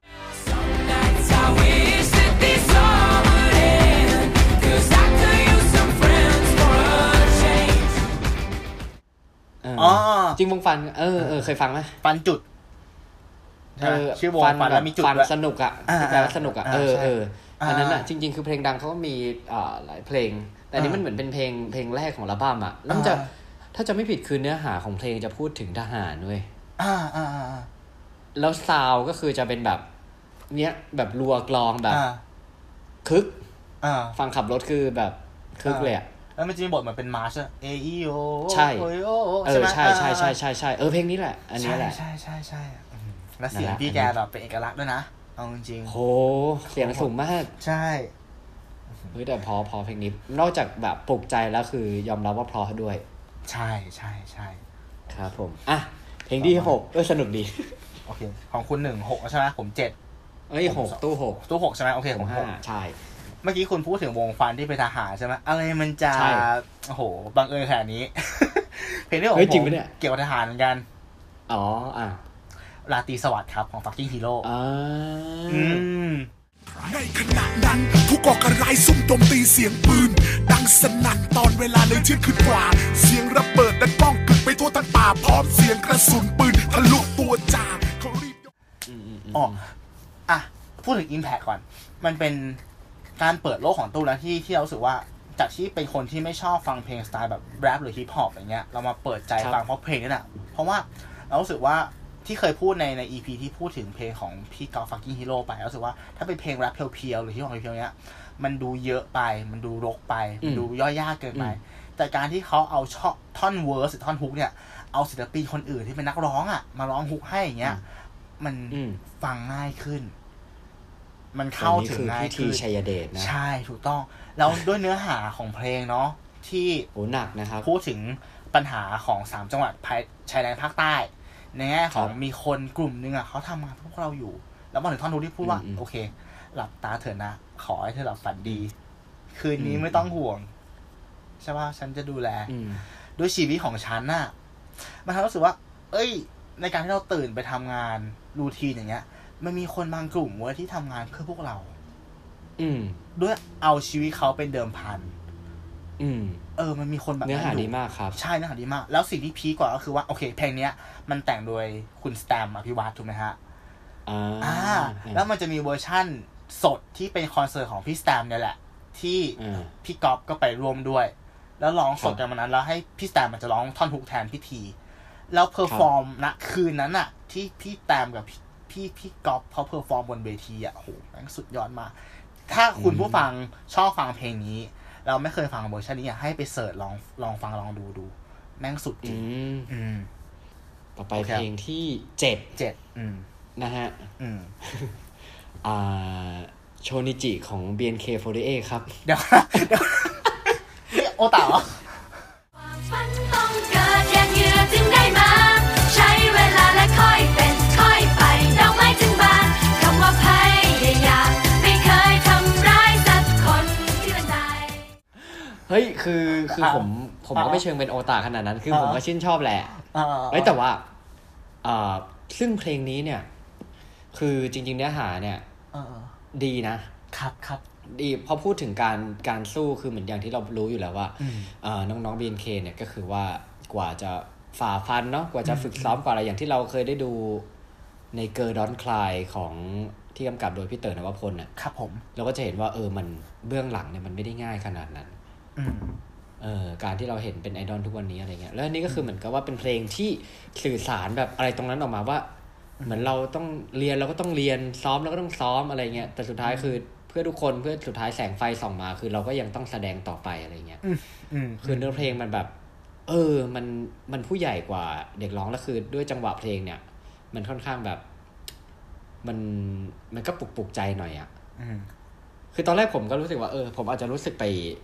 อ๋อจริงวงฟันเออเออเคยฟังไหมฟันจุดเออชื่อวงฟันแล้วมีจุดฟันสนุกอ่ะแปลว่าสนุกอ่ะเออเอออันนั้นอ่ะจริงๆคือเพลงดังเขาก็มีอ่าหลายเพลงแต่นี้มันเหมือนเป็นเพลงเพลงแรกของอัลบั้มอ่ะแล้วมันจะถ้าจะไม่ผิดคือเนื้อหาของเพลงจะพูดถึงทหารเว้ยอ่าอ่าอ่าแล้วซาวก็คือจะเป็นแบบเนี้ยแบบรัวกลองแบบคึกฟังขับรถคือแบบคึกเลยอ่ะแล้วมันจะมีบทเหมือนเป็นมาร์ชเอไอโอใช่เออใช่ใช่ใช่ใช่ใช่เออเพลงนี้แหละอันนี้แหละใช่ใช่ใช่แล้วเสียงพี่แกแบบเป็นเอกลักษณ์ด้วยนะเอาจริงโหเสียงสูงมากใช่เฮ้ยแต่พอพอเพลงนี้นอกจากแบบปลุกใจแล้วคือยอมรับว่าเพราะด้วยใช่ใช่ใช่ครับผมอ่ะเพลงที่หกเออสนุกดีโอเคของคุณหนึ่งหกใช่ไหมผมเจ็ดเอ้ยหกตู้หกตู้หกใช่ไหมโอเคผมห้าใช่เมื่อกี้คุณพูดถึงวงฟันที่เป็นทหารใช่ไหมอะไรมันจะโอ้โหบังเอิญขนาดนี้เพลงที่ผมเกี่ยวกับทหารเหมือนกันอ๋ออ่ะราตรีสวัสดิ์ครับของ Fucking Hero อ่าอืมในขณะนั้นผู้ก่อการร้ายซุ่มโจมตีเสียงปืนดังสนั่นตอนเวลาเลยเที่ยงคืนกว่าเสียงระเบิดดังก้องกึกไปทั่วทั้งป่าพร้อมเสียงกระสุนปืนทะลุตัวจ่าเขารีบอ๋ออ่ะพูดถึง Impact ก่อนมันเป็นการเปิดโลกของตู้แล้วที่ที่เรารู้สึกว่าจากที่เป็นคนที่ไม่ชอบฟังเพลงสไตล์แบบแรปหรือฮิปฮอปอย่างเงี้ยเรามาเปิดใจฟังเพราะเพลงนี่แหละเพราะว่าเรารู้สึกว่าที่เคยพูดในใน อี พี ที่พูดถึงเพลงของพี่กอล์ฟ Fucking Hero ไปรู้สึกว่าถ้าเป็นเพลงแรปเพียวๆหรือฮิปฮอปเพียวๆเนี้ยมันดูเยอะไปมันดูรกไปมันดูย่อยยากเกินไปแต่การที่เขาเอาช่อท่อนเวิร์สหรือท่อนฮุกเนี่ยเอาศิลปินคนอื่นที่เป็นนักร้องอ่ะมาร้องฮุกให้อย่างเงี้ยมันฟังง่ายขึ้นมันเข้าถึงง่ายขึ้นชัยเดชนะใช่ถูกต้องแล้วด้วยเนื้อหาของเพลงเนาะที่โหหนักนะครับพูดถึงปัญหาของสามจังหวัดชายแดนภาคใต้ในแง่ของมีคนกลุ่มนึงอ่ะเขาทำงานพวกเราอยู่แล้วมาถึงท่อนฮุกที่พูดว่าโอเคหลับตาเถอะนะขอให้เธอหลับฝันดีคืนนี้ไม่ต้องห่วงใช่ป่ะฉันจะดูแลด้วยชีวิตของฉันน่ะมันทำให้รู้สึกว่าเอ้ยในการที่เราตื่นไปทำงานรูทีนอย่างเงี้ยมันมีคนบางกลุ่มเว้ยที่ทำงานเพื่อพวกเราอืมด้วยเอาชีวิตเขาเป็นเดิมพันอืมเออมันมีคนแบบเนื้อหาดีมากครับใช่เนื้อหาดีมากแล้วสิ่งที่พีคกว่าก็คือว่าโอเคเพลงเนี้ยมันแต่งโดยคุณสแตมอภิวัตถูกไหมฮะอ่าอ่าแล้วมันจะมีเวอร์ชั่นสดที่เป็นคอนเสิร์ตของพี่สแตมเนี่ยแหละที่พี่ก๊อฟก็ไปร่วมด้วยแล้วร้องสดกันวันนั้นแล้วให้พี่สแตมมันจะร้องท่อนฮุกแทนพิธีแล้วเพอร์ฟอร์มณคืนนั้นน่ะที่พี่แตมกับพี่พี่ก๊อฟเขาเพอร์ฟอร์มบนเวทีอ่ะโอ้โหแม่งสุดยอดมากถ้าคุณผู้ฟังชอบฟังเพลงนี้เราไม่เคยฟังเวอร์ชันนี้อยากให้ไปเสิร์ชลองลองฟังลองดูดูแม่งสุดจริงอืมต่อไปเพลงที่เจ็ดเจ็ดอืมนะฮะอืมอ่าโชนิจิของ บี เอ็น เค สี่สิบแปดครับเดี๋ยวเดี๋ยวนี่โอตาเหรอฝันต้องเกิดอย่างเหยื่อจึงได้มาใช้เวลาและค่อยเป็นค่อยไปดอกไม้จึงบานคำว่าพยายามไม่เคยทำร้ายสักคนที่มันได้เฮ้ยคือคือผมผมก็ไม่เชิงเป็นโอตาขนาดนั้นคือผมก็ชื่นชอบแหละเฮ้ยแต่ว่าอ่าซึ่งเพลงนี้เนี่ยคือจริงๆเนื้อหาเนี่ยดีนะครับครับดีพอพูดถึงการการสู้คือเหมือนอย่างที่เรารู้อยู่แล้วว่าน้องๆ บี เอ็น เค เนี่ยก็คือว่ากว่าจะฝ่าฟันเนาะกว่าจะฝึกซ้อมกว่าอะไรอย่างที่เราเคยได้ดูในเกอร์ดอนคลายของที่กำกับโดยพี่เต๋อนวพลน่ะครับผมเราก็จะเห็นว่าเออมันเบื้องหลังเนี่ยมันไม่ได้ง่ายขนาดนั้นเออการที่เราเห็นเป็นไอดอลทุกวันนี้อะไรเงี้ยแล้วอันนี้ก็คือเหมือนกับว่าเป็นเพลงที่สื่อสารแบบอะไรตรงนั้นออกมาว่าเหมือนเราต้องเรียนเราก็ต้องเรียนซ้อมเราก็ต้องซ้อมอะไรเงี้ยแต่สุดท้ายคือเพื่อทุกคนเพื่อสุดท้ายแสงไฟส่องมาคือเราก็ยังต้องแสดงต่อไปอะไรเงี้ยคือเนื้อเพลงมันแบบเออมันมันผู้ใหญ่กว่าเด็กร้องแล้วคือด้วยจังหวะเพลงเนี่ยมันค่อนข้างแบบมันมันก็ปลุกปลุกใจหน่อยอ่ะคือตอนแรกผมก็รู้สึกว่าเออผมอาจจะรู้สึกไป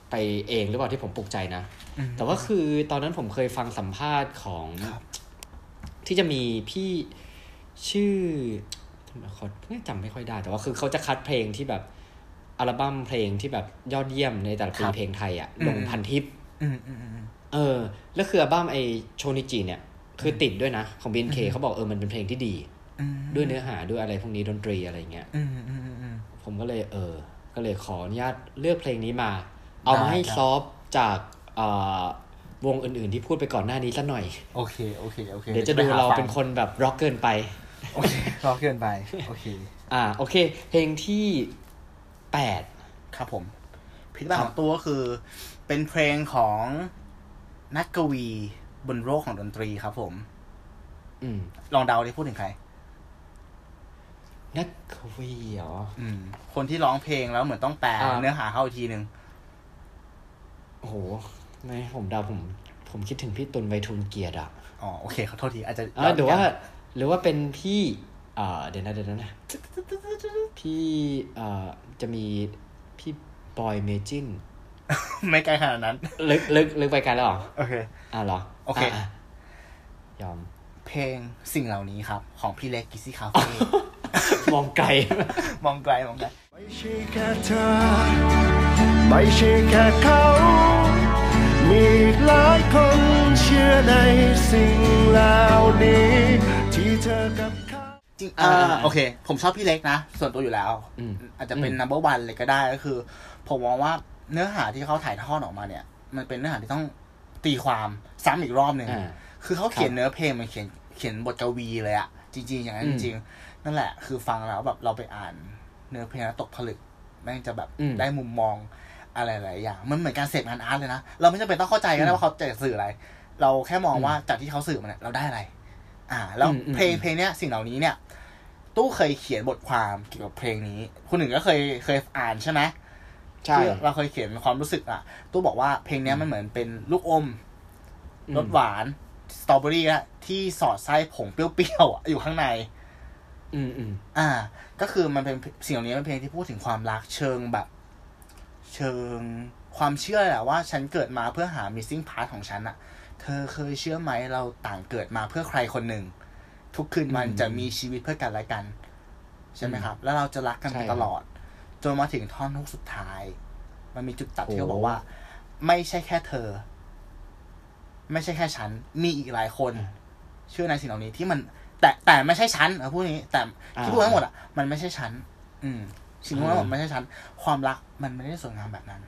ไปเองหรือเปล่าที่ผมปลุกใจนะแต่ว่าคือตอนนั้นผมเคยฟังสัมภาษณ์ของที่จะมีพี่ชื่อทำไมเขาจำไม่ค่อยได้แต่ว่าคือเขาจะคัดเพลงที่แบบอัลบั้มเพลงที่แบบยอดเยี่ยมในแต่ละปีเพลงไทยอ่ะลงพันทิปเออแล้วคืออัลบั้มไอโชนิจิเนี่ยคือติดด้วยนะของ บี เอ็น เค เขาบอกเออมันเป็นเพลงที่ดีด้วยเนื้อหาด้วยอะไรพวกนี้ดนตรีอะไรเงี้ยผมก็เลยเออก็เลยขออนุญาตเลือกเพลงนี้มาเอามาให้ซอฟจากวงอื่นๆที่พูดไปก่อนหน้านี้ซะหน่อยโอเคโอเคโอเคเดี๋ยวจะดูเราเป็นคนแบบร็อกเกินไปโอเคร็อกเกินไปโอเคอ่าโอเคเพลงที่แปดครับผมเพลงของตัวก็คือเป็นเพลงของนักกวีบนโลกของดนตรีครับผมอืมลองเดาดิพูดถึงใครนักกวีเหรออืมคนที่ร้องเพลงแล้วเหมือนต้องแปลเนื้อหาเข้าอีกทีนึงโอ้โหไม่ผมเดาผมผมคิดถึงพี่ตุลไวทูลเกียรติอ่ะอ๋อโอเคขอโทษทีอาจจะอ่าหรือว่าหรือว่าเป็นพี่อ่าเดี๋ยวนะเดี๋ยวนะพี่อ่าจะมีพี่บอยเมจินไม่ไกลขนาดนั้นลึกลึกลึกไปไกลแล้วเหรอโอเคอ่าเหรอโอเคยอมเพลงสิ่งเหล่านี้ครับของพี่เล็กกิซี่คาเฟ่มองไกลมองไกลมองไกลไม่ใช่แค่เธอไม่ใช่แค่เขามีหลายคนเชื่อในสิ่งเหล่านี้ที่เธอกับเขาจริงอ่าโอเคผมชอบพี่เล็กนะส่วนตัวอยู่แล้วอาจจะเป็น นัมเบอร์ วัน เลยก็ได้ก็คือผมมองว่าเนื้อหาที่เขาถ่ายทอดออกมาเนี่ยมันเป็นเนื้อหาที่ต้องตีความซ้ำอีกรอบหนึ่งคือเขาเขียนเนื้อเพลงมันเขียนเขียนบทกวีเลยอะจริงๆอย่างนั้นจริงๆนั่นแหละคือฟังแล้วแบบเราไปอ่านเนื้อเพลงแล้วตกผลึกแม่งจะแบบได้มุมมองอะไรหลายอย่างมันเหมือนการเสพงานอาร์ตเลยนะเราไม่จำเป็นต้องเข้าใจก็ได้ว่าเขาจะสื่ออะไรเราแค่มองว่าจากที่เขาสื่อมาเนี่ยเราได้อะไรอ่าแล้วเพลงเพลงเนี้ยสิ่งเหล่านี้เนี่ยตู้เคยเขียนบทความเกี่ยวกับเพลงนี้คนหนึ่งก็เคยเคยอ่านใช่ไหมใช่เราเคยเขียนความรู้สึกอ่ะตู้บอกว่าเพลงนี้มันเหมือนเป็นลูกอมรสหวานสตรอเบอรี่อะที่สอดไส้ผงเปรี้ยวๆอยู่ข้างในอืมอืมอ่าก็คือมันเป็นสิ่งเหล่านี้เป็นเพลงที่พูดถึงความรักเชิงแบบเชิงความเชื่อแหละว่าฉันเกิดมาเพื่อหา missing part ของฉันอะเธอเคยเชื่อไหมเราต่างเกิดมาเพื่อใครคนหนึ่งทุกคืนมันจะมีชีวิตเพื่อกันและกันใช่ไหมครับแล้วเราจะรักกันไปตลอดจนมาถึงท่อนฮุกสุดท้ายมันมีจุดตัดที่เขาบอกว่าไม่ใช่แค่เธอไม่ใช่แค่ฉันมีอีกหลายคนเชื่อในสิ่งเหล่านี้ที่มันแต่แต่ไม่ใช่ฉันเอาพูดนี้แต่ที่พูดทั้งหมดอ่ะมันไม่ใช่ฉันอืมสิ่งทั้งหมดไม่ใช่ฉันความรักมันไม่ได้สวยงามแบบนั้น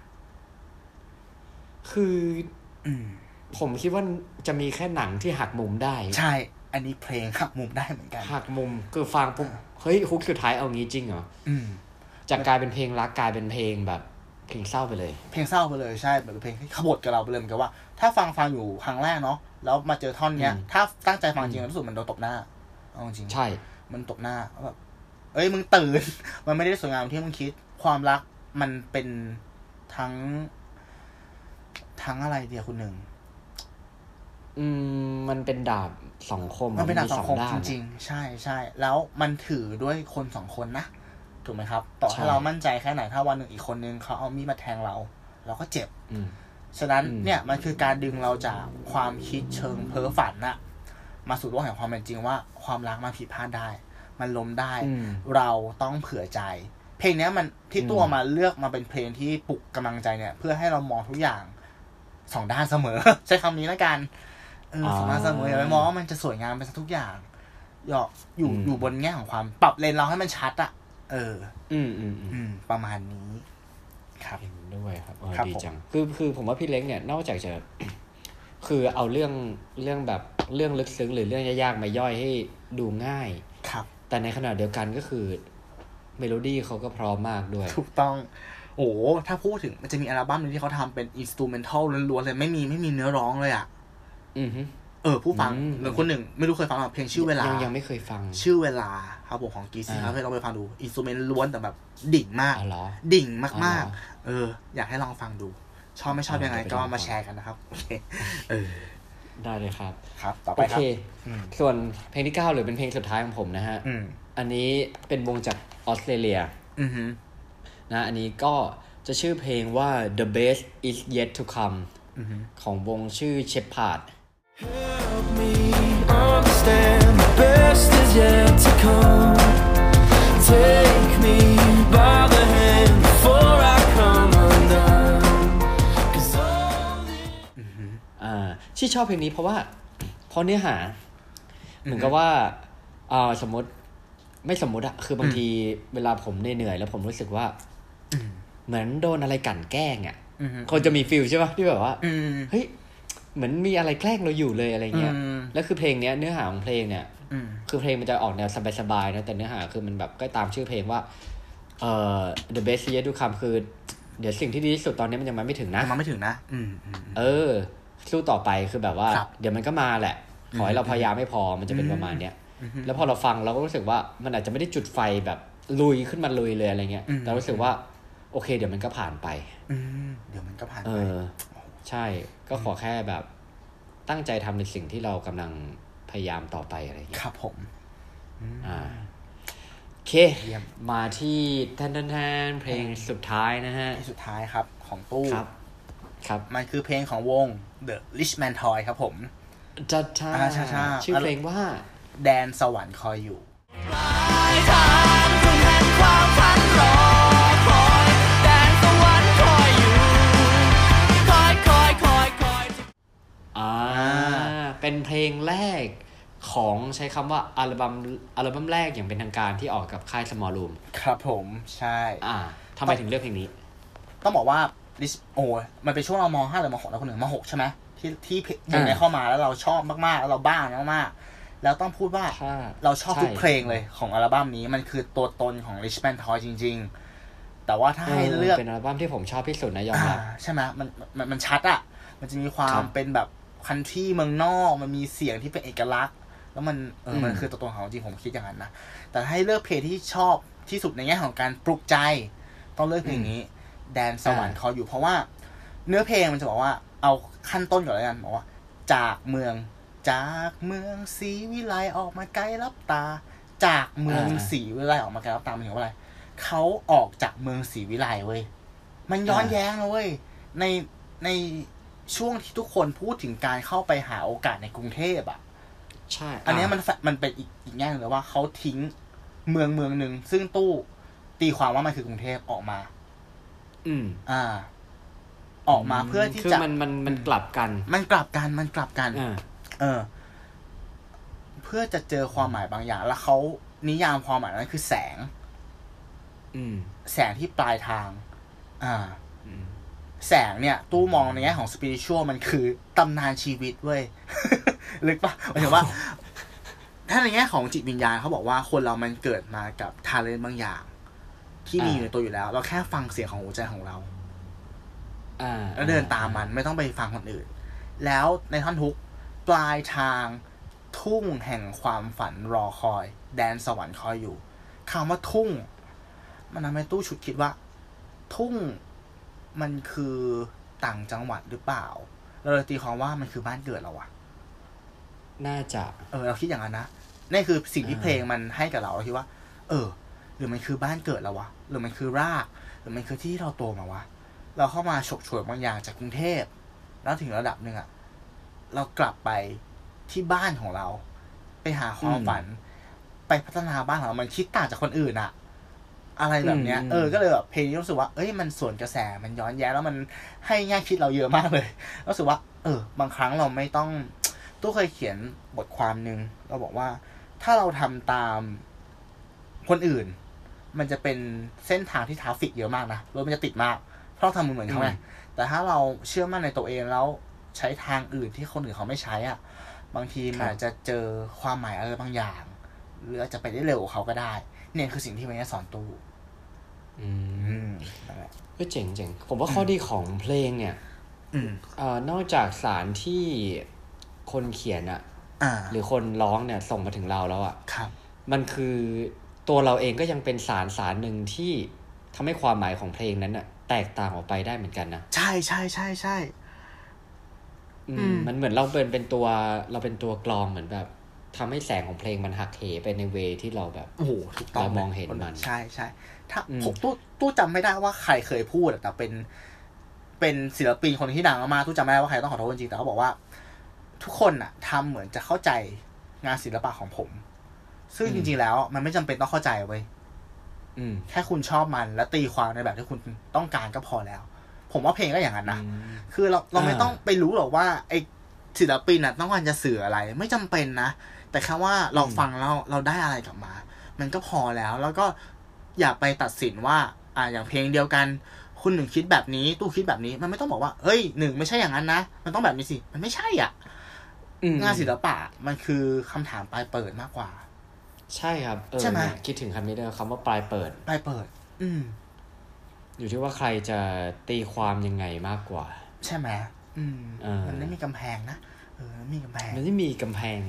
คืออืมผมคิดว่าจะมีแค่หนังที่หักมุมได้ใช่อันนี้เพลงหักมุมได้เหมือนกันหักมุมคือฟังปุ๊บเฮ้ยฮุกสุดท้ายเอางี้จริงเหรออืมจากกลายเป็นเพลงรักกลายเป็นเพลงแบบเพลงเศร้าไปเลยเพลงเศร้าไปเลยใช่แบบเพลงที่ขบฏกับเราไปเลยเหมือนกับว่าถ้าฟังฟังอยู่ครั้งแรกเนาะแล้วมาเจอท่อนเนี้ยถ้าตั้งใจฟังจริงรู้สึกมันโดนตบหน้าเอาจริงใช่มันตบหน้าแบบเอ้ยมึงตื่นมันไม่ได้สวยงามที่มึงคิดความรักมันเป็นทั้งทั้งอะไรเดียวคุณหนึ่งอืมมันเป็นดาบสองคมมันเป็นดาบสองคมจริงๆใช่ใช่แล้วมันถือด้วยคนสองคนนะถูกไหมครับต่อให้เรามั่นใจแค่ไหนถ้าวันหนึ่งอีกคนนึงเขาเอามีดมาแทงเราเราก็เจ็บฉะนั้นเนี่ยมันคือการดึงเราจากความคิดเชิงเพ้อฝันน่ะมาสู่โลกแห่งความเป็นจริงว่าความรักมันผิดพลาดได้มันล้มได้เราต้องเผื่อใจเพลงนี้มันที่ตัวมาเลือกมาเป็นเพลงที่ปลุกกำลังใจเนี่ยเพื่อให้เรามองทุกอย่างสองด้านเสมอใช้คำนี้แล้วกันเออสองด้านเสมออย่าไปมองว่ามันจะสวยงามไปทุกอย่างอยู่อยู่อยู่บนแง่ของความปรับเลนเราให้มันชัดอ่ะเอออืมอืมอืมประมาณนี้ครับด้วยครับดีจังคือคือผมว่าพี่เล็กเนี่ยนอกจากจะคือเอาเรื่องเรื่องแบบเรื่องลึกซึ้งหรือเรื่องยากๆมาย่อยให้ดูง่ายครับแต่ในขณะเดียวกันก็คือเมโลดี้เขาก็พร้อมมากด้วยถูกต้องโอ้ถ้าพูดถึงมันจะมีอัลบั้มนึงที่เขาทำเป็นอินสตูเมนทัลล้วนๆเลยไม่มีไม่มีเนื้อร้องเลยอ่ะอือฮึเออผู้ฟังหรือคนหนึ่งไม่รู้เคยฟังหรอเพลงชื่อเวลายังยังไม่เคยฟังชื่อเวลาครับผมของกีซี่ครับให้ลองไปฟังดูอินสตูเมนต์ล้วนแต่แบบดิ่งมากดิ่งมากๆเอออยากให้ลองฟังดูชอบไม่ชอบยังไงก็มาแชร์กันนะครับโอเคเออได้เลยครับครับต่อไปครับโอเคส่วนเพลงที่เก้าหรือเป็นเพลงสุดท้ายของผมนะฮะอันนี้เป็นวงจากออสเตรเลียนะอันนี้ก็จะชื่อเพลงว่า The Best Is Yet to Come ของวงชื่อ Shepherd Help me understand the best is yet to come. Take me by the hand before I come undone. 'Cause all the อ่าที่ชอบเพลงนี้เพราะว่าเพราะเนื้อหาเหมือนกับว่าอ่าสมมติไม่สมมติอะคือบางทีเวลาผมเหนื่อยๆแล้วผมรู้สึกว่าเหมือนโดนอะไรกลั่นแกล้งอะคนจะมีฟีลใช่ป่ะที่แบบว่าเฮ้ยเหมือนมีอะไรแกล้งเราอยู่เลยอะไรเงี้ยแล้วคือเพลงเนี้ยเนื้อหาของเพลงเนี่ยคือเพลงมันจะออกแนวสบายๆนะแต่เนื้อหาคือมันแบบก็ตามชื่อเพลงว่าเอ่อ The Best Yet to Come คือเดี๋ยวสิ่งที่ดีที่สุดตอนนี้มันยังมาไม่ถึงนะมันไม่ถึงนะเออสู้ต่อไปคือแบบว่าเดี๋ยวมันก็มาแหละขอให้เราพยายามไม่พอมันจะเป็นประมาณเนี้ยแล้วพอเราฟังเราก็รู้สึกว่ามันอาจจะไม่ได้จุดไฟแบบลุยขึ้นมาลุยเลยอะไรเงี้ยแต่รู้สึกว่าโอเคเดี๋ยวมันก็ผ่านไปเดี๋ยวมันก็ผ่านไปเออใช่ก็ขอแค่แบบตั้งใจทำในสิ่งที่เรากำลังพยายามต่อไปอะไรอย่างเงี้ยครับผมอ่าโอเคมาที่แทนแทนเพลงสุดท้ายนะฮะสุดท้ายครับของตู้ครับครับมันคือเพลงของวง The Richman Toy ครับผมจัดจ้าชื่อเพลงว่าแดนสวรรค์คอยอยู่ปลายทางคุณแห่งความฝันรอคอยแดนสวรรค์คอยอยู่คอยคอยคอยคอยอ่าเป็นเพลงแรกของใช้คำว่าอัลบั้มอัลบั้มแรกอย่างเป็นทางการที่ออกกับค่าย Small Room ครับผมใช่อ่าทำไมถึงเลือกเพลงนี้ต้องบอกว่าโอ้มันเป็นช่วงเราม.ห้า หรือม.หก แล้วคนหนึ่งม.หกใช่ไหมที่ที่เพลงนี้เข้ามาแล้วเราชอบมากๆแล้วเราบ้ามากๆแล้วต้องพูดว่าเราชอบทุกเพลงเลยของอัลบั้มนี้มันคือตัวตนของ Richman Toy จริงๆแต่ว่าถ้าให้เลือกเป็นอัลบั้มที่ผมชอบที่สุดนะยอมรับใช่ไหมมันมันมันชัดอ่ะมันจะมีความเป็นแบบคันทรีเมืองนอกมันมีเสียงที่เป็นเอกลักษณ์แล้วมันเออมันคือตัวตนของจริงผมคิดอย่างนั้นนะแต่ให้เลือกเพลงที่ชอบที่สุดในแง่ของการปลุกใจต้องเลือกเพลงนี้แดนสวรรค์คอยอยู่เพราะว่าเนื้อเพลงมันจะบอกว่าเอาขั้นต้นก่อนแล้วกันบอกว่าจากเมืองจากเมืองศรีวิไลออกมาไกลลับตาจากเมืองศรีวิไลออกมาไกลลับตามันถึงว่าอะไรเขาออกจากเมืองศรีวิไลเว้ยมันย้อนแย้งนะเว้ยในในช่วงที่ทุกคนพูดถึงการเข้าไปหาโอกาสในกรุงเทพอ่ะใช่อันนี้มันมันเป็นอีกอีกแง่นึงเลยว่าเขาทิ้งเมืองเมืองนึงซึ่งตู้ตีความว่ามันคือกรุงเทพออกมาอืมอ่าออกมาเพื่อที่จะมันมันมันกลับกันมันกลับกันมันกลับกันเออเพื่อจะเจอความหมายบางอย่างแล้วเขานิยามความหมายนั้นคือแสงอืมแสงที่ปลายทางอ่าแสงเนี่ยตู้มองในแง่ของสปิริตชัวมันคือตำนานชีวิตเว้ยลึกปะหมายถึงว่าถ้าในแง่ของจิตวิญญาณเขาบอกว่าคนเรามันเกิดมากับทาเลนต์บางอย่างที่มีอยู่ในตัวอยู่แล้วเราแค่ฟังเสียงของหัวใจของเราแล้วเดินตามมันไม่ต้องไปฟังคนอื่นแล้วในท่อนฮุกปลายทางทุ่งแห่งความฝันรอคอยแดนสวรรค์คอยอยู่คำว่าทุ่งมันทำให้ตู้ฉุดคิดว่าทุ่งมันคือต่างจังหวัดหรือเปล่าเราเลยตีความว่ามันคือบ้านเกิดเราอะน่าจะเออเราคิดอย่างนั้นนะนี่คือสิ่งที่เพลงมันให้กับเราเราคิดว่าเออหรือมันคือบ้านเกิดเราวะหรือมันคือรากหรือมันคือที่เราโตมาวะเราเข้ามาฉกฉวยบางอย่างจากกรุงเทพแล้วถึงระดับหนึ่งอะเรากลับไปที่บ้านของเราไปหาความฝันไปพัฒนาบ้านของเรามันคิดต่างจากคนอื่นอะอะไรแบบเนี้ยเออก็เลยแบบเพลงนี้รู้สึกว่าเอ้ยมันสวนกระแสมันย้อนแย้งแล้วมันให้แง่คิดเราเยอะมากเลยรู้สึกว่าเออบางครั้งเราไม่ต้องตู้เคยเขียนบทความนึงเราบอกว่าถ้าเราทำตามคนอื่นมันจะเป็นเส้นทางที่ทราฟฟิกเยอะมากนะรถมันจะติดมากเพราะทำเหมือนเขาไงแต่ถ้าเราเชื่อมั่นในตัวเองแล้วใช้ทางอื่นที่คนอื่นเขาไม่ใช้อ่ะบางทีมันอาจจะเจอความหมายอะไรบางอย่างหรืออาจจะไปได้เร็วกว่าเขาก็ได้เนี่ยคือสิ่งที่วันนี้สอนตู้อืมก็เจ๋งเจ๋งผมว่าข้อดีของเพลงเนี่ยอ่านอกจากสารที่คนเขียนอ่ะหรือคนร้องเนี่ยส่งมาถึงเราแล้วอ่ะมันคือตัวเราเองก็ยังเป็นสารสารหนึ่งที่ทำให้ความหมายของเพลงนั้นอ่ะแตกต่างออกไปได้เหมือนกันนะใช่ใช่ใช่ใช่อืมมันเหมือนเราเป็นเป็นตัวเราเป็นตัวกลองเหมือนแบบทำให้แสงของเพลงมันหักเหไปในเวที่เราแบบโอ้โหถูกต้องเรามองเห็นมันใช่ใช่ถ้าผมตู้ตู้จำไม่ได้ว่าใครเคยพูดแต่เป็นเป็นศิลปินคนที่ดังมากๆตู้จำไม่ได้ว่าใครต้องขอโทษจริงๆแต่เขาบอกว่าทุกคนอะทำเหมือนจะเข้าใจงานศิลปะของผมซึ่งจริงๆแล้วมันไม่จำเป็นต้องเข้าใจเว้ยแค่คุณชอบมันและตีความในแบบที่คุณต้องการก็พอแล้วผมว่าเพลงก็อย่างนั้นนะคือเราเราไม่ต้องไปรู้หรอกว่าไอศิลปินน่ะต้องการจะสื่ออะไรไม่จำเป็นนะแต่แค่ว่าเราฟังแล้วเราได้อะไรกลับมามันก็พอแล้วแล้วก็อย่าไปตัดสินว่าอ่าอย่างเพลงเดียวกันคุณหนึ่งคิดแบบนี้ตู้คิดแบบนี้มันไม่ต้องบอกว่าเฮ้ยหนึ่งไม่ใช่อย่างนั้นนะมันต้องแบบนี้สิมันไม่ใช่อ่ะงานศิลปะมันคือคำถามปลายเปิดมากกว่าใช่ครับเออคิดถึงคำนี้ด้วยคำว่าปลายเปิดปลายเปิดอืมอยู่ที่ว่าใครจะตีความยังไงมากกว่าใช่ไหมอืมมันไม่มีกำแพงนะเออไม่มีกำแพงมันไม่มีกำแพง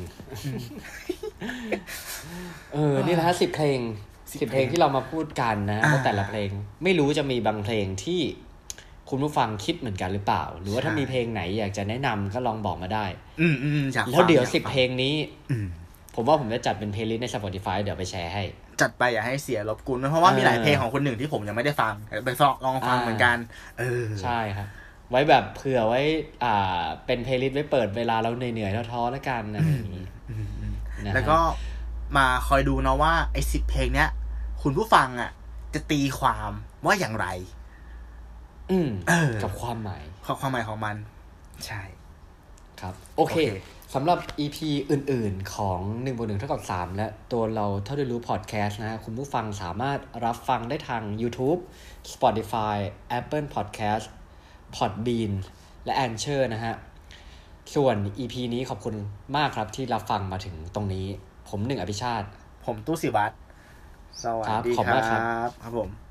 เออนี่แหละฮะสิบเพลงสิบเพลงที่เรามาพูดกันนะว่าแต่ละเพลงไม่รู้จะมีบางเพลงที่คุณผู้ฟังคิดเหมือนกันหรือเปล่าหรือว่าถ้ามีเพลงไหนอยากจะแนะนำก็ลองบอกมาได้อืมอืมแล้วเดี๋ยวสิบเพลงนี้ผมว่าผมจะจัดเป็นเพลย์ลิสต์ใน Spotify เดี๋ยวไปแชร์ให้จัดไปอย่าให้เสียรบกวนเพราะว่ามีหลายเพลงของคนหนึ่งที่ผมยังไม่ได้ฟังไปลองฟังเหมือนกันเออใช่ครับไว้แบบเผื่อไว้อ่าเป็นเพลย์ลิสต์ไว้เปิดเวลาเราเหนื่อยๆท้อๆแล้วกันอะไรอย่างนี้แล้วก็มาคอยดูนะว่าไอ้สิบเพลงเนี้ยคุณผู้ฟังอ่ะจะตีความว่าอย่างไรอืมกับความหมายกับความหมายของมันใช่ครับโอเคสำหรับ อี พี อื่นๆของหนึ่งบวกหนึ่งเท่ากับสามและตัวเราเท่าได้รู้พอดแคสต์นะฮะคุณผู้ฟังสามารถรับฟังได้ทาง YouTube Spotify Apple Podcast Podbean และ Anchor นะฮะส่วน อี พี นี้ขอบคุณมากครับที่รับฟังมาถึงตรงนี้ผมหนึ่งอภิชาติผมตู้ศิวัตรสวัสดีครับครับผม